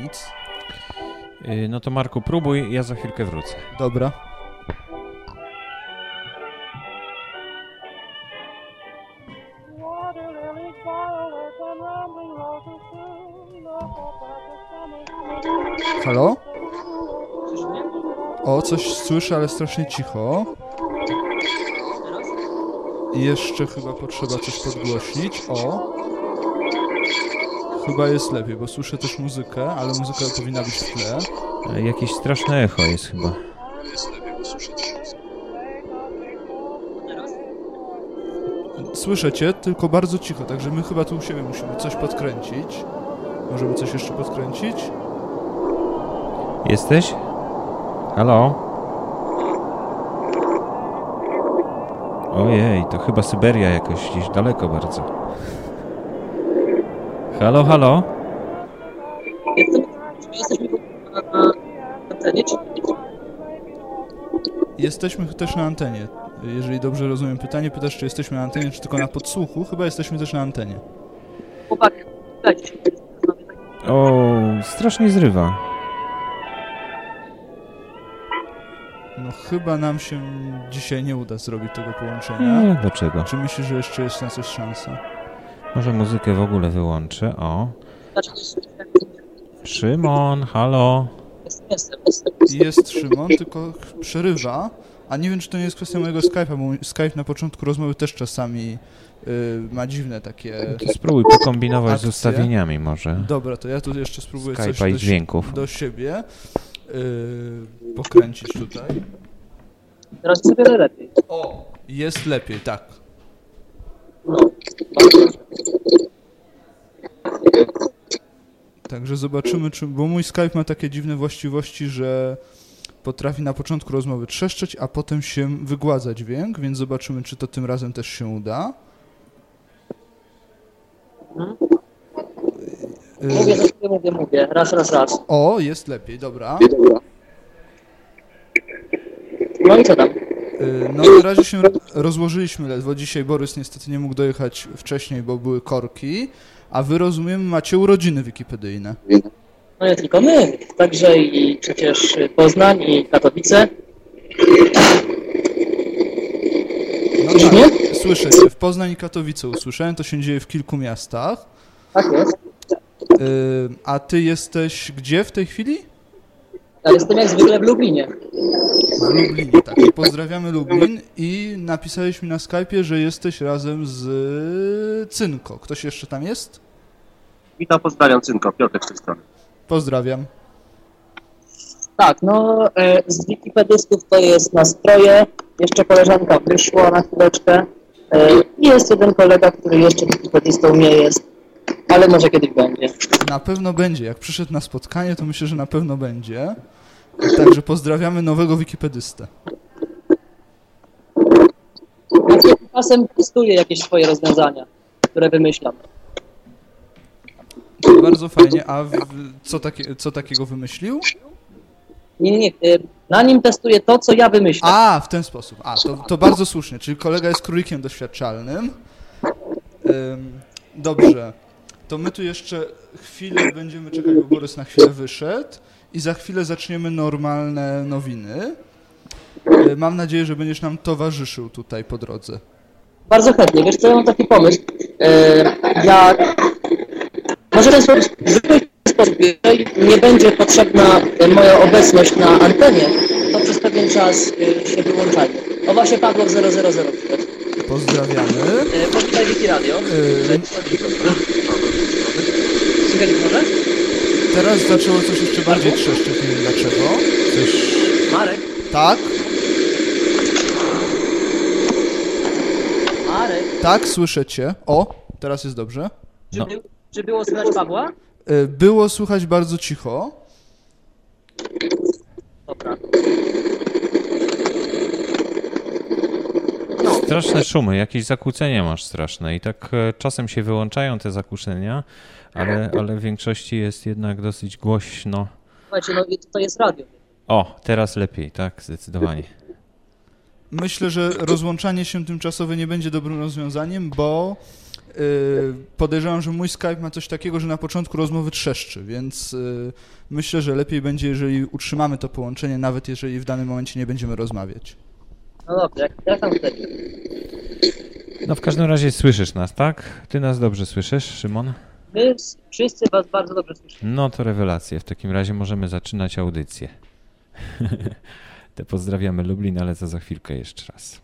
nic. No to Marku, próbuj, ja za chwilkę wrócę. Dobra. Halo? O, coś słyszę, ale strasznie cicho. I jeszcze chyba potrzeba coś podgłośnić. O! Chyba jest lepiej, bo słyszę też muzykę, ale muzyka powinna być w tle. Jakieś straszne echo jest chyba. Słyszę cię, tylko bardzo cicho, także my chyba tu u siebie musimy coś podkręcić. Możemy coś jeszcze podkręcić? Jesteś? Halo? Ojej, to chyba Syberia jakoś gdzieś daleko bardzo. Halo, halo? Jesteśmy na antenie, czy Jesteśmy też na antenie. Jeżeli dobrze rozumiem pytanie, pytasz, czy jesteśmy na antenie, czy tylko na podsłuchu? Chyba jesteśmy też na antenie. chłopaki, dajcie się. O, strasznie zrywa. No chyba nam się dzisiaj nie uda zrobić tego połączenia. Dlaczego? Czy myślisz, że jeszcze jest na coś szansa? Może muzykę w ogóle wyłączę, o. Dlaczego jest... Szymon, halo? Jestem. Jest Szymon, tylko przerywa. A nie wiem, czy to nie jest kwestia mojego Skype'a, bo mój Skype na początku rozmowy też czasami ma dziwne takie... To spróbuj pokombinować akcje. z ustawieniami może. Dobra, to ja tu jeszcze spróbuję Skype'a coś i dźwięków. do siebie pokręcić tutaj. Teraz jest o wiele lepiej. O, jest lepiej, tak. No. Także zobaczymy, bo mój Skype ma takie dziwne właściwości, że potrafi na początku rozmowy trzeszczeć, a potem się wygładza dźwięk, więc zobaczymy, czy to tym razem też się uda. Mówię. Raz. O, jest lepiej, dobra. No i co tam? No na razie się rozłożyliśmy ledwo. Dzisiaj Borys niestety nie mógł dojechać wcześniej, bo były korki, a wy, rozumiem, macie urodziny wikipedyjne. No nie tylko my, także i przecież Poznań i Katowice. No Słyszysz tak, mnie? słyszę cię. W Poznań i Katowice usłyszałem, to się dzieje w kilku miastach. Tak jest. A ty jesteś gdzie w tej chwili? Ja jestem jak zwykle w Lublinie. W Lublinie, tak. Pozdrawiamy Lublin i napisałeś mi na Skype'ie, że jesteś razem z Cynko. Ktoś jeszcze tam jest? Witam, pozdrawiam, Cynko, Piotrek z tej strony. Pozdrawiam. Tak, no z wikipedystów to jest nastroje. Jeszcze koleżanka wyszła na chwileczkę. I jest jeden kolega, który jeszcze wikipedystą nie jest. Ale może kiedyś będzie. Na pewno będzie. Jak przyszedł na spotkanie, to myślę, że na pewno będzie. Także pozdrawiamy nowego wikipedystę. Ja czasem testuję jakieś swoje rozwiązania, które wymyślam. Bardzo fajnie. A co takiego wymyślił? Nie. Na nim testuję to, co ja wymyślam. A, w ten sposób. To bardzo słusznie. Czyli kolega jest królikiem doświadczalnym. Dobrze. To my tu jeszcze chwilę będziemy czekać, bo Borys na chwilę wyszedł i za chwilę zaczniemy normalne nowiny. Mam nadzieję, że będziesz nam towarzyszył tutaj po drodze. Bardzo chętnie. Wiesz co, ja mam taki pomysł. Może ten sposób, jeżeli nie będzie potrzebna moja obecność na antenie, to przez pewien czas się wyłączajmy. O, właśnie padło w 000. Pozdrawiamy. Powitaj Wiki Radio. Słychać może? Teraz zaczęło coś jeszcze bardziej trzeszczeć, nie wiem dlaczego. Marek? Tak? Marek? Tak, słyszę cię. O, teraz jest dobrze. No. Czy było słychać Pawła? Było słychać bardzo cicho. Dobra. Straszne szumy, jakieś zakłócenia masz straszne i tak czasem się wyłączają te zakłócenia, ale w większości jest jednak dosyć głośno. Słuchajcie, no to jest radio. O, teraz lepiej, tak, zdecydowanie. Myślę, że rozłączanie się tymczasowe nie będzie dobrym rozwiązaniem, bo podejrzewam, że mój Skype ma coś takiego, że na początku rozmowy trzeszczy, więc myślę, że lepiej będzie, jeżeli utrzymamy to połączenie, nawet jeżeli w danym momencie nie będziemy rozmawiać. No dobrze, jak tam wtedy? No w każdym razie słyszysz nas, tak? Ty nas dobrze słyszysz, Szymon? My wszyscy was bardzo dobrze słyszymy. No to rewelacje. W takim razie możemy zaczynać audycję. Te pozdrawiamy Lublin, ale to za chwilkę jeszcze raz.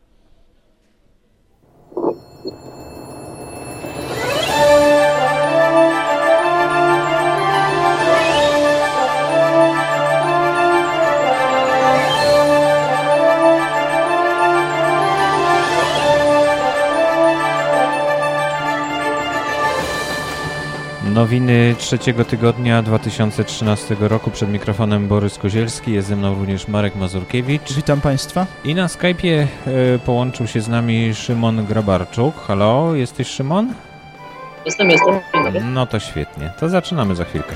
Nowiny trzeciego tygodnia 2013 roku. Przed mikrofonem Borys Kozielski, jest ze mną również Marek Mazurkiewicz. Witam Państwa. I na Skype'ie połączył się z nami Szymon Grabarczuk. Halo, jesteś Szymon? Jestem. No to świetnie. To zaczynamy za chwilkę.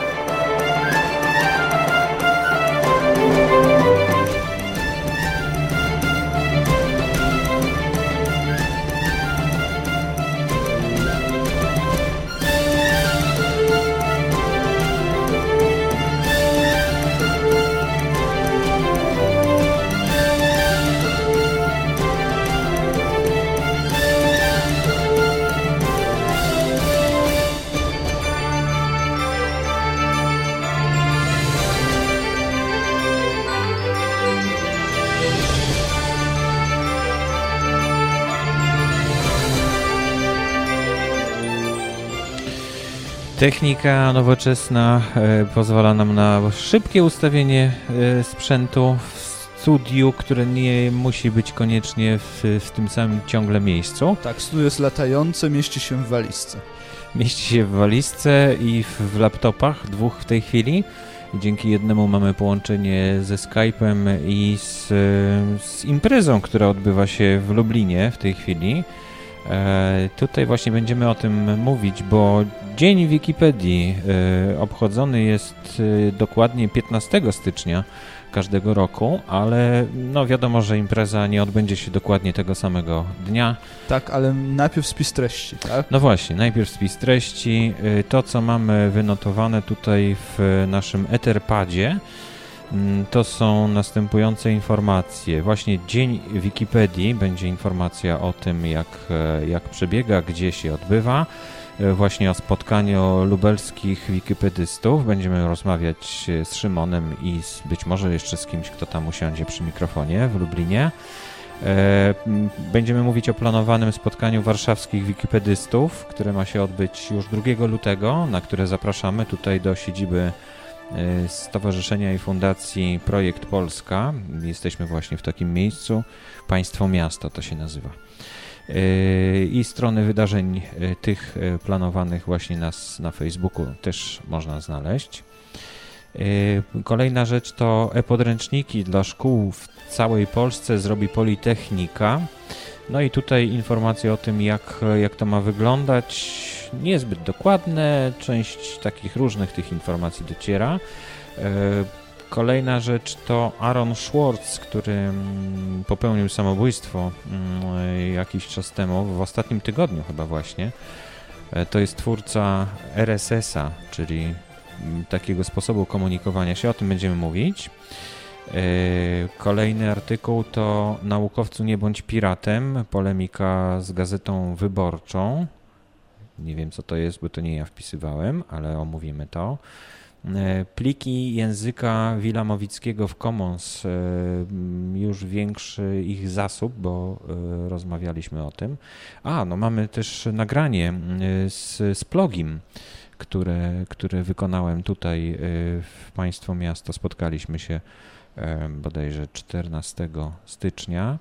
Technika nowoczesna pozwala nam na szybkie ustawienie sprzętu w studiu, które nie musi być koniecznie w tym samym ciągle miejscu. Tak, studio jest latające, mieści się w walizce. Mieści się w walizce i w laptopach, dwóch w tej chwili. Dzięki jednemu mamy połączenie ze Skype'em i z imprezą, która odbywa się w Lublinie w tej chwili. Tutaj właśnie będziemy o tym mówić, bo Dzień Wikipedii obchodzony jest dokładnie 15 stycznia każdego roku, ale no wiadomo, że impreza nie odbędzie się dokładnie tego samego dnia. Tak, ale najpierw spis treści, tak? No właśnie, najpierw spis treści. To, co mamy wynotowane tutaj w naszym Etherpadzie, to są następujące informacje. Właśnie Dzień Wikipedii, będzie informacja o tym, jak przebiega, gdzie się odbywa. Właśnie o spotkaniu lubelskich wikipedystów. Będziemy rozmawiać z Szymonem i być może jeszcze z kimś, kto tam usiądzie przy mikrofonie w Lublinie. Będziemy mówić o planowanym spotkaniu warszawskich wikipedystów, które ma się odbyć już 2 lutego, na które zapraszamy tutaj do siedziby Stowarzyszenia i Fundacji Projekt Polska. Jesteśmy właśnie w takim miejscu. Państwo Miasto to się nazywa. I strony wydarzeń tych planowanych właśnie na Facebooku też można znaleźć. Kolejna rzecz to e-podręczniki dla szkół w całej Polsce zrobi Politechnika. No i tutaj informacje o tym, jak to ma wyglądać, niezbyt dokładne, część takich różnych tych informacji dociera. Kolejna rzecz to Aaron Swartz, który popełnił samobójstwo jakiś czas temu, w ostatnim tygodniu chyba właśnie. To jest twórca RSS-a, czyli takiego sposobu komunikowania się, o tym będziemy mówić. Kolejny artykuł to Naukowcu nie bądź piratem, polemika z Gazetą Wyborczą. Nie wiem, co to jest, bo to nie ja wpisywałem, ale omówimy to. Pliki języka wilamowickiego w Commons, już większy ich zasób, bo rozmawialiśmy o tym. No mamy też nagranie z Plogim, które wykonałem tutaj w Państwo Miasto. Spotkaliśmy się bodajże 14 stycznia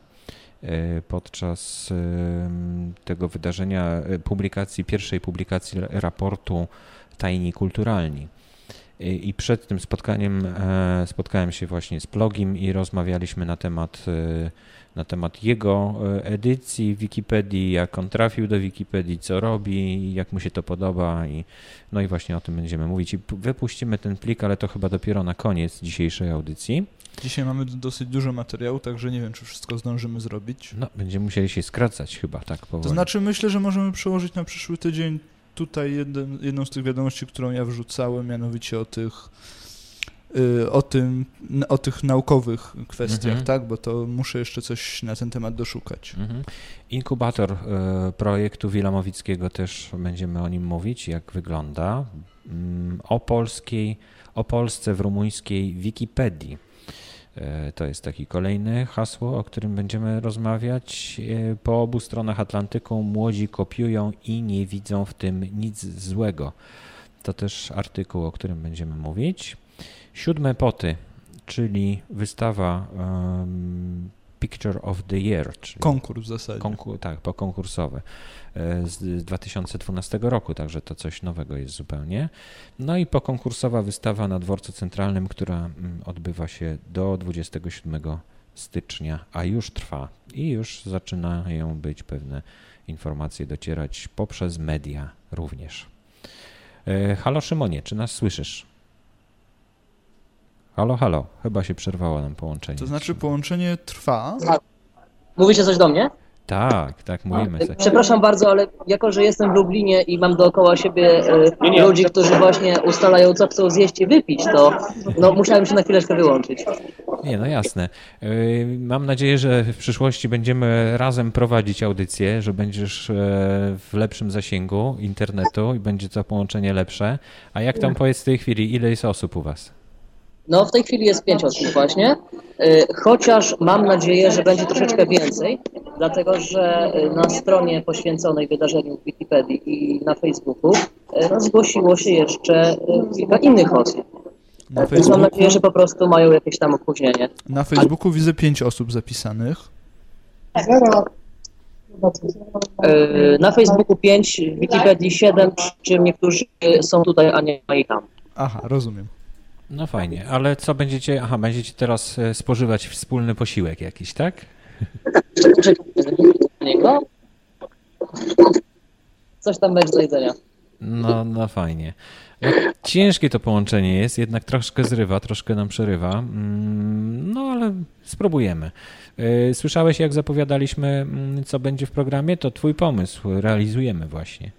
podczas tego wydarzenia, pierwszej publikacji raportu Tajni Kulturalni. I przed tym spotkaniem spotkałem się właśnie z Plogim i rozmawialiśmy na temat jego edycji Wikipedii, jak on trafił do Wikipedii, co robi, jak mu się to podoba. No i właśnie o tym będziemy mówić. I wypuścimy ten plik, ale to chyba dopiero na koniec dzisiejszej audycji. Dzisiaj mamy dosyć dużo materiału, także nie wiem, czy wszystko zdążymy zrobić. No, będziemy musieli się skracać chyba, tak powoli. To znaczy, myślę, że możemy przełożyć na przyszły tydzień tutaj jedną z tych wiadomości, którą ja wrzucałem, mianowicie o tych naukowych kwestiach, tak? Bo to muszę jeszcze coś na ten temat doszukać. Inkubator projektu Wilamowickiego też będziemy o nim mówić, jak wygląda. O Polsce w rumuńskiej Wikipedii. To jest taki kolejny hasło, o którym będziemy rozmawiać. Po obu stronach Atlantyku młodzi kopiują i nie widzą w tym nic złego. To też artykuł, o którym będziemy mówić. 7 poty, czyli wystawa Picture of the Year. Czyli konkurs w zasadzie. Tak, pokonkursowy z 2012 roku, także to coś nowego jest zupełnie. No i pokonkursowa wystawa na Dworcu Centralnym, która odbywa się do 27 stycznia, a już trwa i już zaczynają być pewne informacje docierać poprzez media również. Halo Szymonie, czy nas słyszysz? Halo, chyba się przerwało nam połączenie. To znaczy połączenie trwa. Mówicie coś do mnie? Tak, mówimy sobie. Przepraszam bardzo, ale jako, że jestem w Lublinie i mam dookoła siebie ludzi, którzy właśnie ustalają, co chcą zjeść i wypić, to musiałem się na chwileczkę wyłączyć. Nie, no jasne. Mam nadzieję, że w przyszłości będziemy razem prowadzić audycję, że będziesz w lepszym zasięgu internetu i będzie to połączenie lepsze. A jak tam powiedz w tej chwili, ile jest osób u was? No w tej chwili jest 5 osób właśnie, chociaż mam nadzieję, że będzie troszeczkę więcej, dlatego że na stronie poświęconej wydarzeniu w Wikipedii i na Facebooku zgłosiło się jeszcze kilka innych osób. Więc mam nadzieję, że po prostu mają jakieś tam opóźnienie. Na Facebooku widzę 5 osób zapisanych. Na Facebooku 5, w Wikipedii 7, przy czym niektórzy są tutaj, a nie ma ich tam. Aha, rozumiem. No fajnie, ale co będziecie będziecie teraz spożywać wspólny posiłek jakiś, tak? Coś tam będzie do jedzenia. No fajnie. No, ciężkie to połączenie jest, jednak troszkę zrywa, troszkę nam przerywa, no ale spróbujemy. Słyszałeś, jak zapowiadaliśmy, co będzie w programie? To twój pomysł, realizujemy właśnie.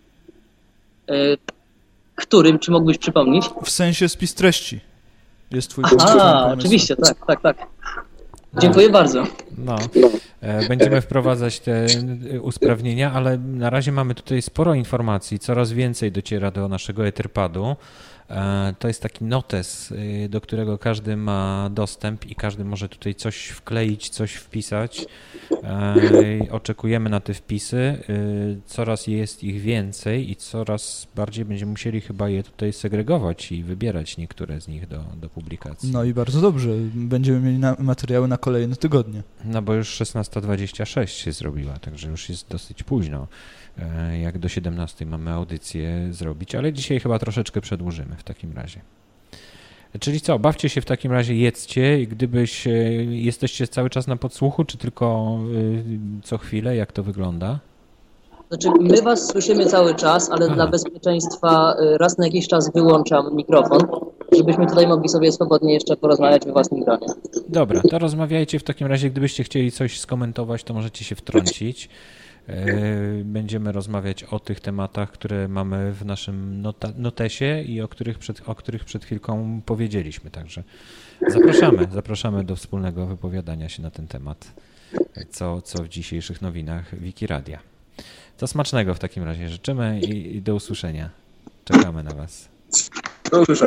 Którym, czy mógłbyś przypomnieć? W sensie spis treści jest twój pomysł. pomysł. Oczywiście, tak. Dziękuję bardzo. No, będziemy wprowadzać te usprawnienia, ale na razie mamy tutaj sporo informacji, coraz więcej dociera do naszego Etherpadu. To jest taki notes, do którego każdy ma dostęp i każdy może tutaj coś wkleić, coś wpisać. Oczekujemy na te wpisy. Coraz jest ich więcej i coraz bardziej będziemy musieli chyba je tutaj segregować i wybierać niektóre z nich do publikacji. No i bardzo dobrze. Będziemy mieli materiały na kolejne tygodnie. No bo już 16:26 się zrobiła, także już jest dosyć późno. Jak do 17 mamy audycję zrobić, ale dzisiaj chyba troszeczkę przedłużymy w takim razie. Czyli co, bawcie się w takim razie, jedzcie i jesteście cały czas na podsłuchu, czy tylko co chwilę, jak to wygląda? Znaczy, my was słyszymy cały czas, ale dla bezpieczeństwa raz na jakiś czas wyłączam mikrofon, żebyśmy tutaj mogli sobie swobodnie jeszcze porozmawiać we własnym gronie. Dobra, to rozmawiajcie w takim razie, gdybyście chcieli coś skomentować, to możecie się wtrącić. Będziemy rozmawiać o tych tematach, które mamy w naszym notesie i o których przed chwilką powiedzieliśmy. Także zapraszamy do wspólnego wypowiadania się na ten temat, co w dzisiejszych nowinach Wikiradia. To smacznego w takim razie życzymy i do usłyszenia. Czekamy na Was. Do usłyszenia.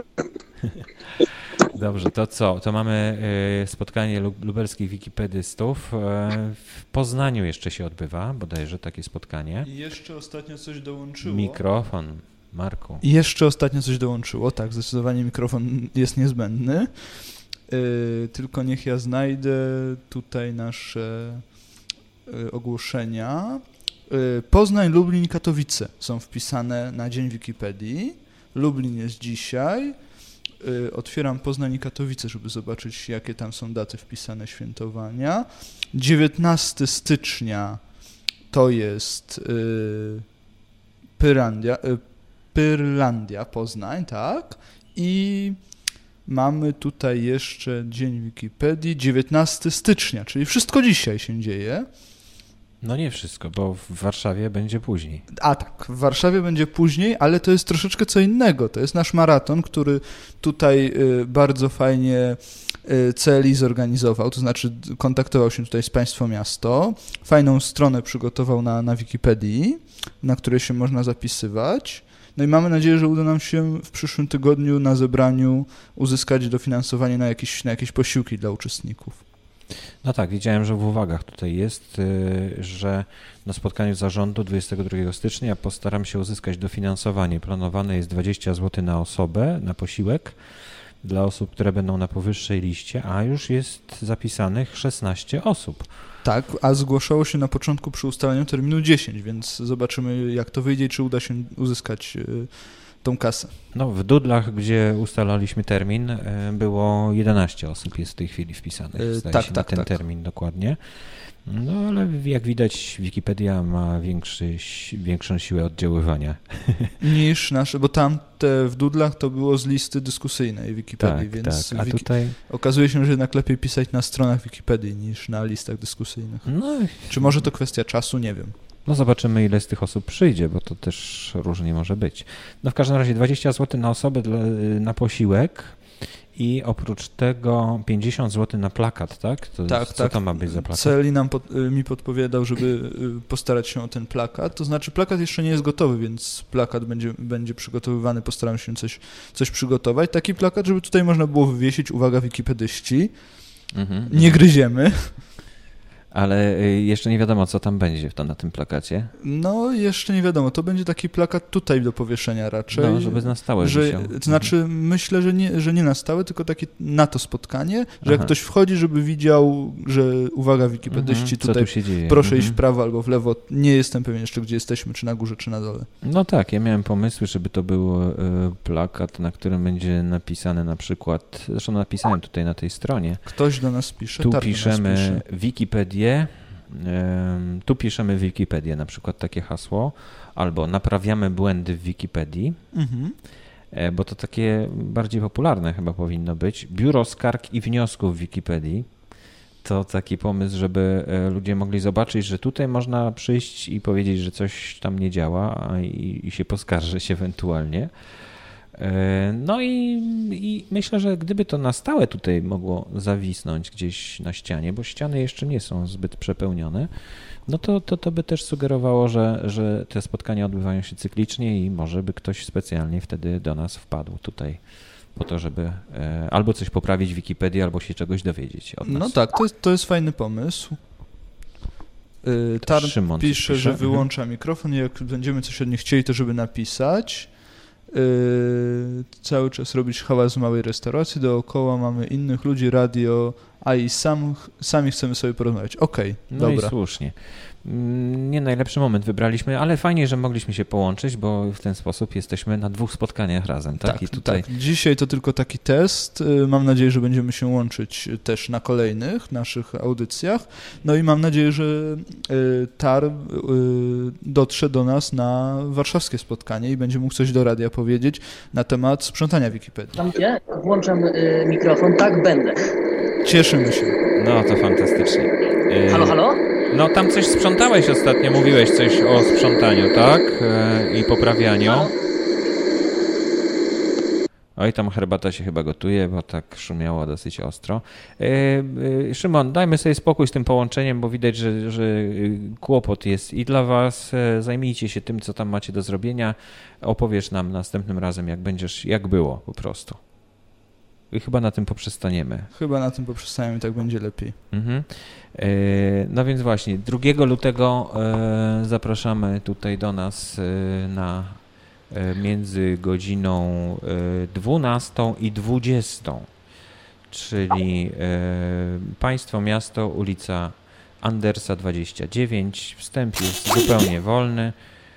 Dobrze, to co? To mamy spotkanie lubelskich wikipedystów. W Poznaniu jeszcze się odbywa, bodajże takie spotkanie. I jeszcze ostatnio coś dołączyło. Mikrofon, Marku. I jeszcze ostatnio coś dołączyło, tak, zdecydowanie mikrofon jest niezbędny. Tylko niech ja znajdę tutaj nasze ogłoszenia. Poznań, Lublin, Katowice są wpisane na Dzień Wikipedii. Lublin jest dzisiaj. Otwieram Poznań i Katowice, żeby zobaczyć, jakie tam są daty wpisane świętowania. 19 stycznia to jest Pyrlandia, Poznań, tak? I Mamy tutaj jeszcze Dzień Wikipedii, 19 stycznia, czyli wszystko dzisiaj się dzieje. No nie wszystko, bo w Warszawie będzie później. A tak, w Warszawie będzie później, ale to jest troszeczkę co innego. To jest nasz maraton, który tutaj bardzo fajnie CLI zorganizował, to znaczy kontaktował się tutaj z Państwo Miasto, fajną stronę przygotował na Wikipedii, na której się można zapisywać. No i mamy nadzieję, że uda nam się w przyszłym tygodniu na zebraniu uzyskać dofinansowanie na jakieś posiłki dla uczestników. No tak, widziałem, że w uwagach tutaj jest, że na spotkaniu zarządu 22 stycznia postaram się uzyskać dofinansowanie. Planowane jest 20 zł na osobę, na posiłek dla osób, które będą na powyższej liście, a już jest zapisanych 16 osób. Tak, a zgłaszało się na początku przy ustaleniu terminu 10, więc zobaczymy, jak to wyjdzie i czy uda się uzyskać tą kasę. No, w Doodlach, gdzie ustalaliśmy termin, było 11 osób jest w tej chwili wpisanych, zdaje się, na ten termin dokładnie. No, ale jak widać, Wikipedia ma większą siłę oddziaływania. Niż nasze, bo tamte w Doodlach to było z listy dyskusyjnej Wikipedii, więc tak. A tutaj okazuje się, że jednak lepiej pisać na stronach Wikipedii niż na listach dyskusyjnych. No, czy może to kwestia czasu? Nie wiem. No zobaczymy, ile z tych osób przyjdzie, bo to też różnie może być. No w każdym razie 20 zł na osobę na posiłek i oprócz tego 50 zł na plakat, tak? Co to ma być za plakat? CLI mi podpowiadał, żeby postarać się o ten plakat. To znaczy plakat jeszcze nie jest gotowy, więc plakat będzie przygotowywany, postaram się coś przygotować. Taki plakat, żeby tutaj można było wywiesić, uwaga wikipedyści, nie gryziemy. Ale jeszcze nie wiadomo, co tam będzie na tym plakacie. No, jeszcze nie wiadomo. To będzie taki plakat tutaj do powieszenia raczej. No, żeby na stałe to znaczy, myślę, że nie na stałe, tylko takie na to spotkanie, że jak ktoś wchodzi, żeby widział, że uwaga wikipedyści, tutaj tu się dzieje? Proszę iść w prawo albo w lewo. Nie jestem pewien jeszcze, gdzie jesteśmy, czy na górze, czy na dole. No tak, ja miałem pomysły, żeby to był plakat, na którym będzie napisane na przykład, zresztą napisałem tutaj na tej stronie. Ktoś do nas pisze. Tu piszemy Wikipedię. Tu piszemy Wikipedię, na przykład takie hasło, albo naprawiamy błędy w Wikipedii, bo to takie bardziej popularne chyba powinno być. Biuro Skarg i Wniosków w Wikipedii. To taki pomysł, żeby ludzie mogli zobaczyć, że tutaj można przyjść i powiedzieć, że coś tam nie działa i się poskarżyć ewentualnie. No i myślę, że gdyby to na stałe tutaj mogło zawisnąć gdzieś na ścianie, bo ściany jeszcze nie są zbyt przepełnione, no to by też sugerowało, że te spotkania odbywają się cyklicznie i może by ktoś specjalnie wtedy do nas wpadł tutaj po to, żeby albo coś poprawić w Wikipedii, albo się czegoś dowiedzieć od nas. No tak, to jest fajny pomysł. Szymon pisze, że wyłącza mikrofon i jak będziemy coś od nich chcieli, to żeby napisać. Cały czas robić hałas w małej restauracji, dookoła mamy innych ludzi, radio, a i sami chcemy sobie porozmawiać. Okej, dobra. No i słusznie. Nie najlepszy moment wybraliśmy, ale fajnie, że mogliśmy się połączyć, bo w ten sposób jesteśmy na 2 spotkaniach razem. Tak? I tutaj... tak. Dzisiaj to tylko taki test. Mam nadzieję, że będziemy się łączyć też na kolejnych naszych audycjach. No i mam nadzieję, że TAR dotrze do nas na warszawskie spotkanie i będzie mógł coś do radia powiedzieć na temat sprzątania Wikipedii. Tam gdzie? Włączam mikrofon. Tak, będę. Cieszymy się. No to fantastycznie. Halo? No tam coś sprzątałeś ostatnio, mówiłeś coś o sprzątaniu, tak? I poprawianiu. Oj, tam herbata się chyba gotuje, bo tak szumiało dosyć ostro. Szymon, dajmy sobie spokój z tym połączeniem, bo widać, że kłopot jest i dla was. Zajmijcie się tym, co tam macie do zrobienia. Opowiesz nam następnym razem, jak było po prostu. I chyba na tym poprzestaniemy. Tak będzie lepiej. No więc właśnie, 2 lutego zapraszamy tutaj do nas na między godziną 12 i 20, czyli Państwo Miasto, ulica Andersa 29, wstęp jest zupełnie wolny.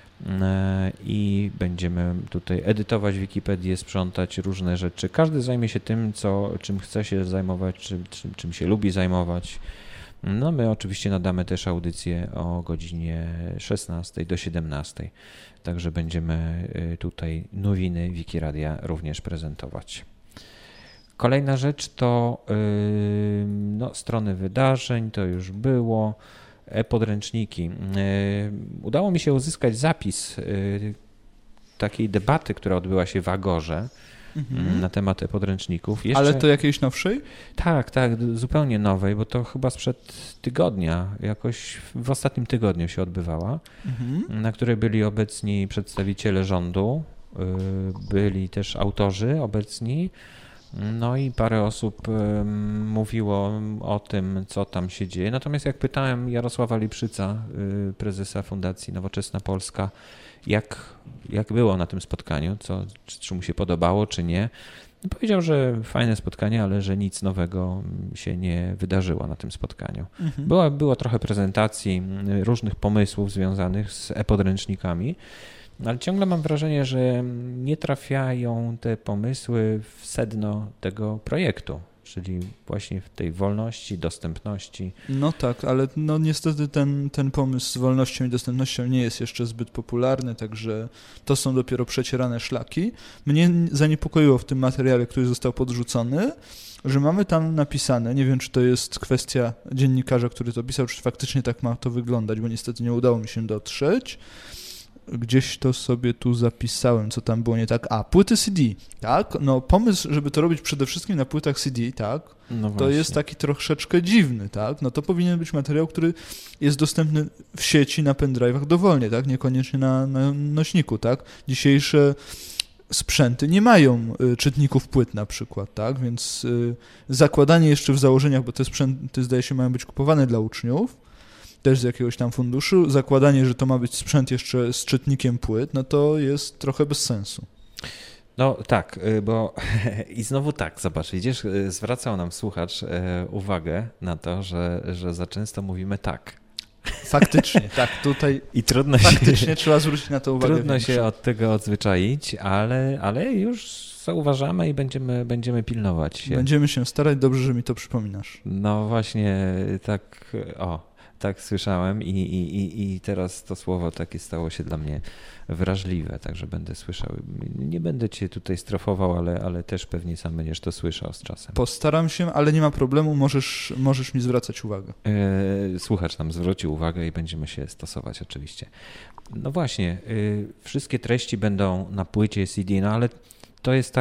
I będziemy tutaj edytować Wikipedię, sprzątać różne rzeczy. Każdy zajmie się tym, czym chce się zajmować, czym się lubi zajmować. No my oczywiście nadamy też audycję o godzinie 16 do 17. Także będziemy tutaj nowiny Wikiradia również prezentować. Kolejna rzecz to strony wydarzeń, to już było, e-podręczniki. Udało mi się uzyskać zapis takiej debaty, która odbyła się w Agorze na temat e-podręczników. Ale to jakiejś nowszej? Tak, zupełnie nowej, bo to chyba sprzed tygodnia, jakoś w ostatnim tygodniu się odbywała, na której byli obecni przedstawiciele rządu, byli też autorzy obecni, no i parę osób mówiło o tym, co tam się dzieje. Natomiast jak pytałem Jarosława Liprzyca, prezesa Fundacji Nowoczesna Polska, jak było na tym spotkaniu, czy mu się podobało, czy nie, powiedział, że fajne spotkanie, ale że nic nowego się nie wydarzyło na tym spotkaniu. Było trochę prezentacji różnych pomysłów związanych z e-podręcznikami, ale ciągle mam wrażenie, że nie trafiają te pomysły w sedno tego projektu, czyli właśnie w tej wolności, dostępności. No tak, ale no niestety ten pomysł z wolnością i dostępnością nie jest jeszcze zbyt popularny, także to są dopiero przecierane szlaki. Mnie zaniepokoiło w tym materiale, który został podrzucony, że mamy tam napisane, nie wiem, czy to jest kwestia dziennikarza, który to pisał, czy faktycznie tak ma to wyglądać, bo niestety nie udało mi się dotrzeć. Gdzieś to sobie tu zapisałem, co tam było nie tak. Płyty CD, tak? No pomysł, żeby to robić przede wszystkim na płytach CD, tak? No to jest taki troszeczkę dziwny, tak? No to powinien być materiał, który jest dostępny w sieci na pendrive'ach dowolnie, tak? Niekoniecznie na nośniku, tak? Dzisiejsze sprzęty nie mają czytników płyt na przykład, tak? Więc zakładanie jeszcze w założeniach, bo te sprzęty zdaje się mają być kupowane dla uczniów, też z jakiegoś tam funduszu, zakładanie, że to ma być sprzęt jeszcze z czytnikiem płyt, no to jest trochę bez sensu. No tak, bo i znowu tak, zobacz, widzisz, zwracał nam słuchacz uwagę na to, że za często mówimy tak. Faktycznie, tak, tutaj i trudno faktycznie trzeba zwrócić na to uwagę. Trudno się od tego odzwyczaić, ale już zauważamy i będziemy pilnować się. Będziemy się starać, dobrze, że mi to przypominasz. No właśnie, tak słyszałem i teraz to słowo takie stało się dla mnie wrażliwe, także będę słyszał. Nie będę cię tutaj strofował, ale też pewnie sam będziesz to słyszał z czasem. Postaram się, ale nie ma problemu, możesz mi zwracać uwagę. Słuchacz nam zwrócił uwagę i będziemy się stosować oczywiście. No właśnie, wszystkie treści będą na płycie CD, no ale to jest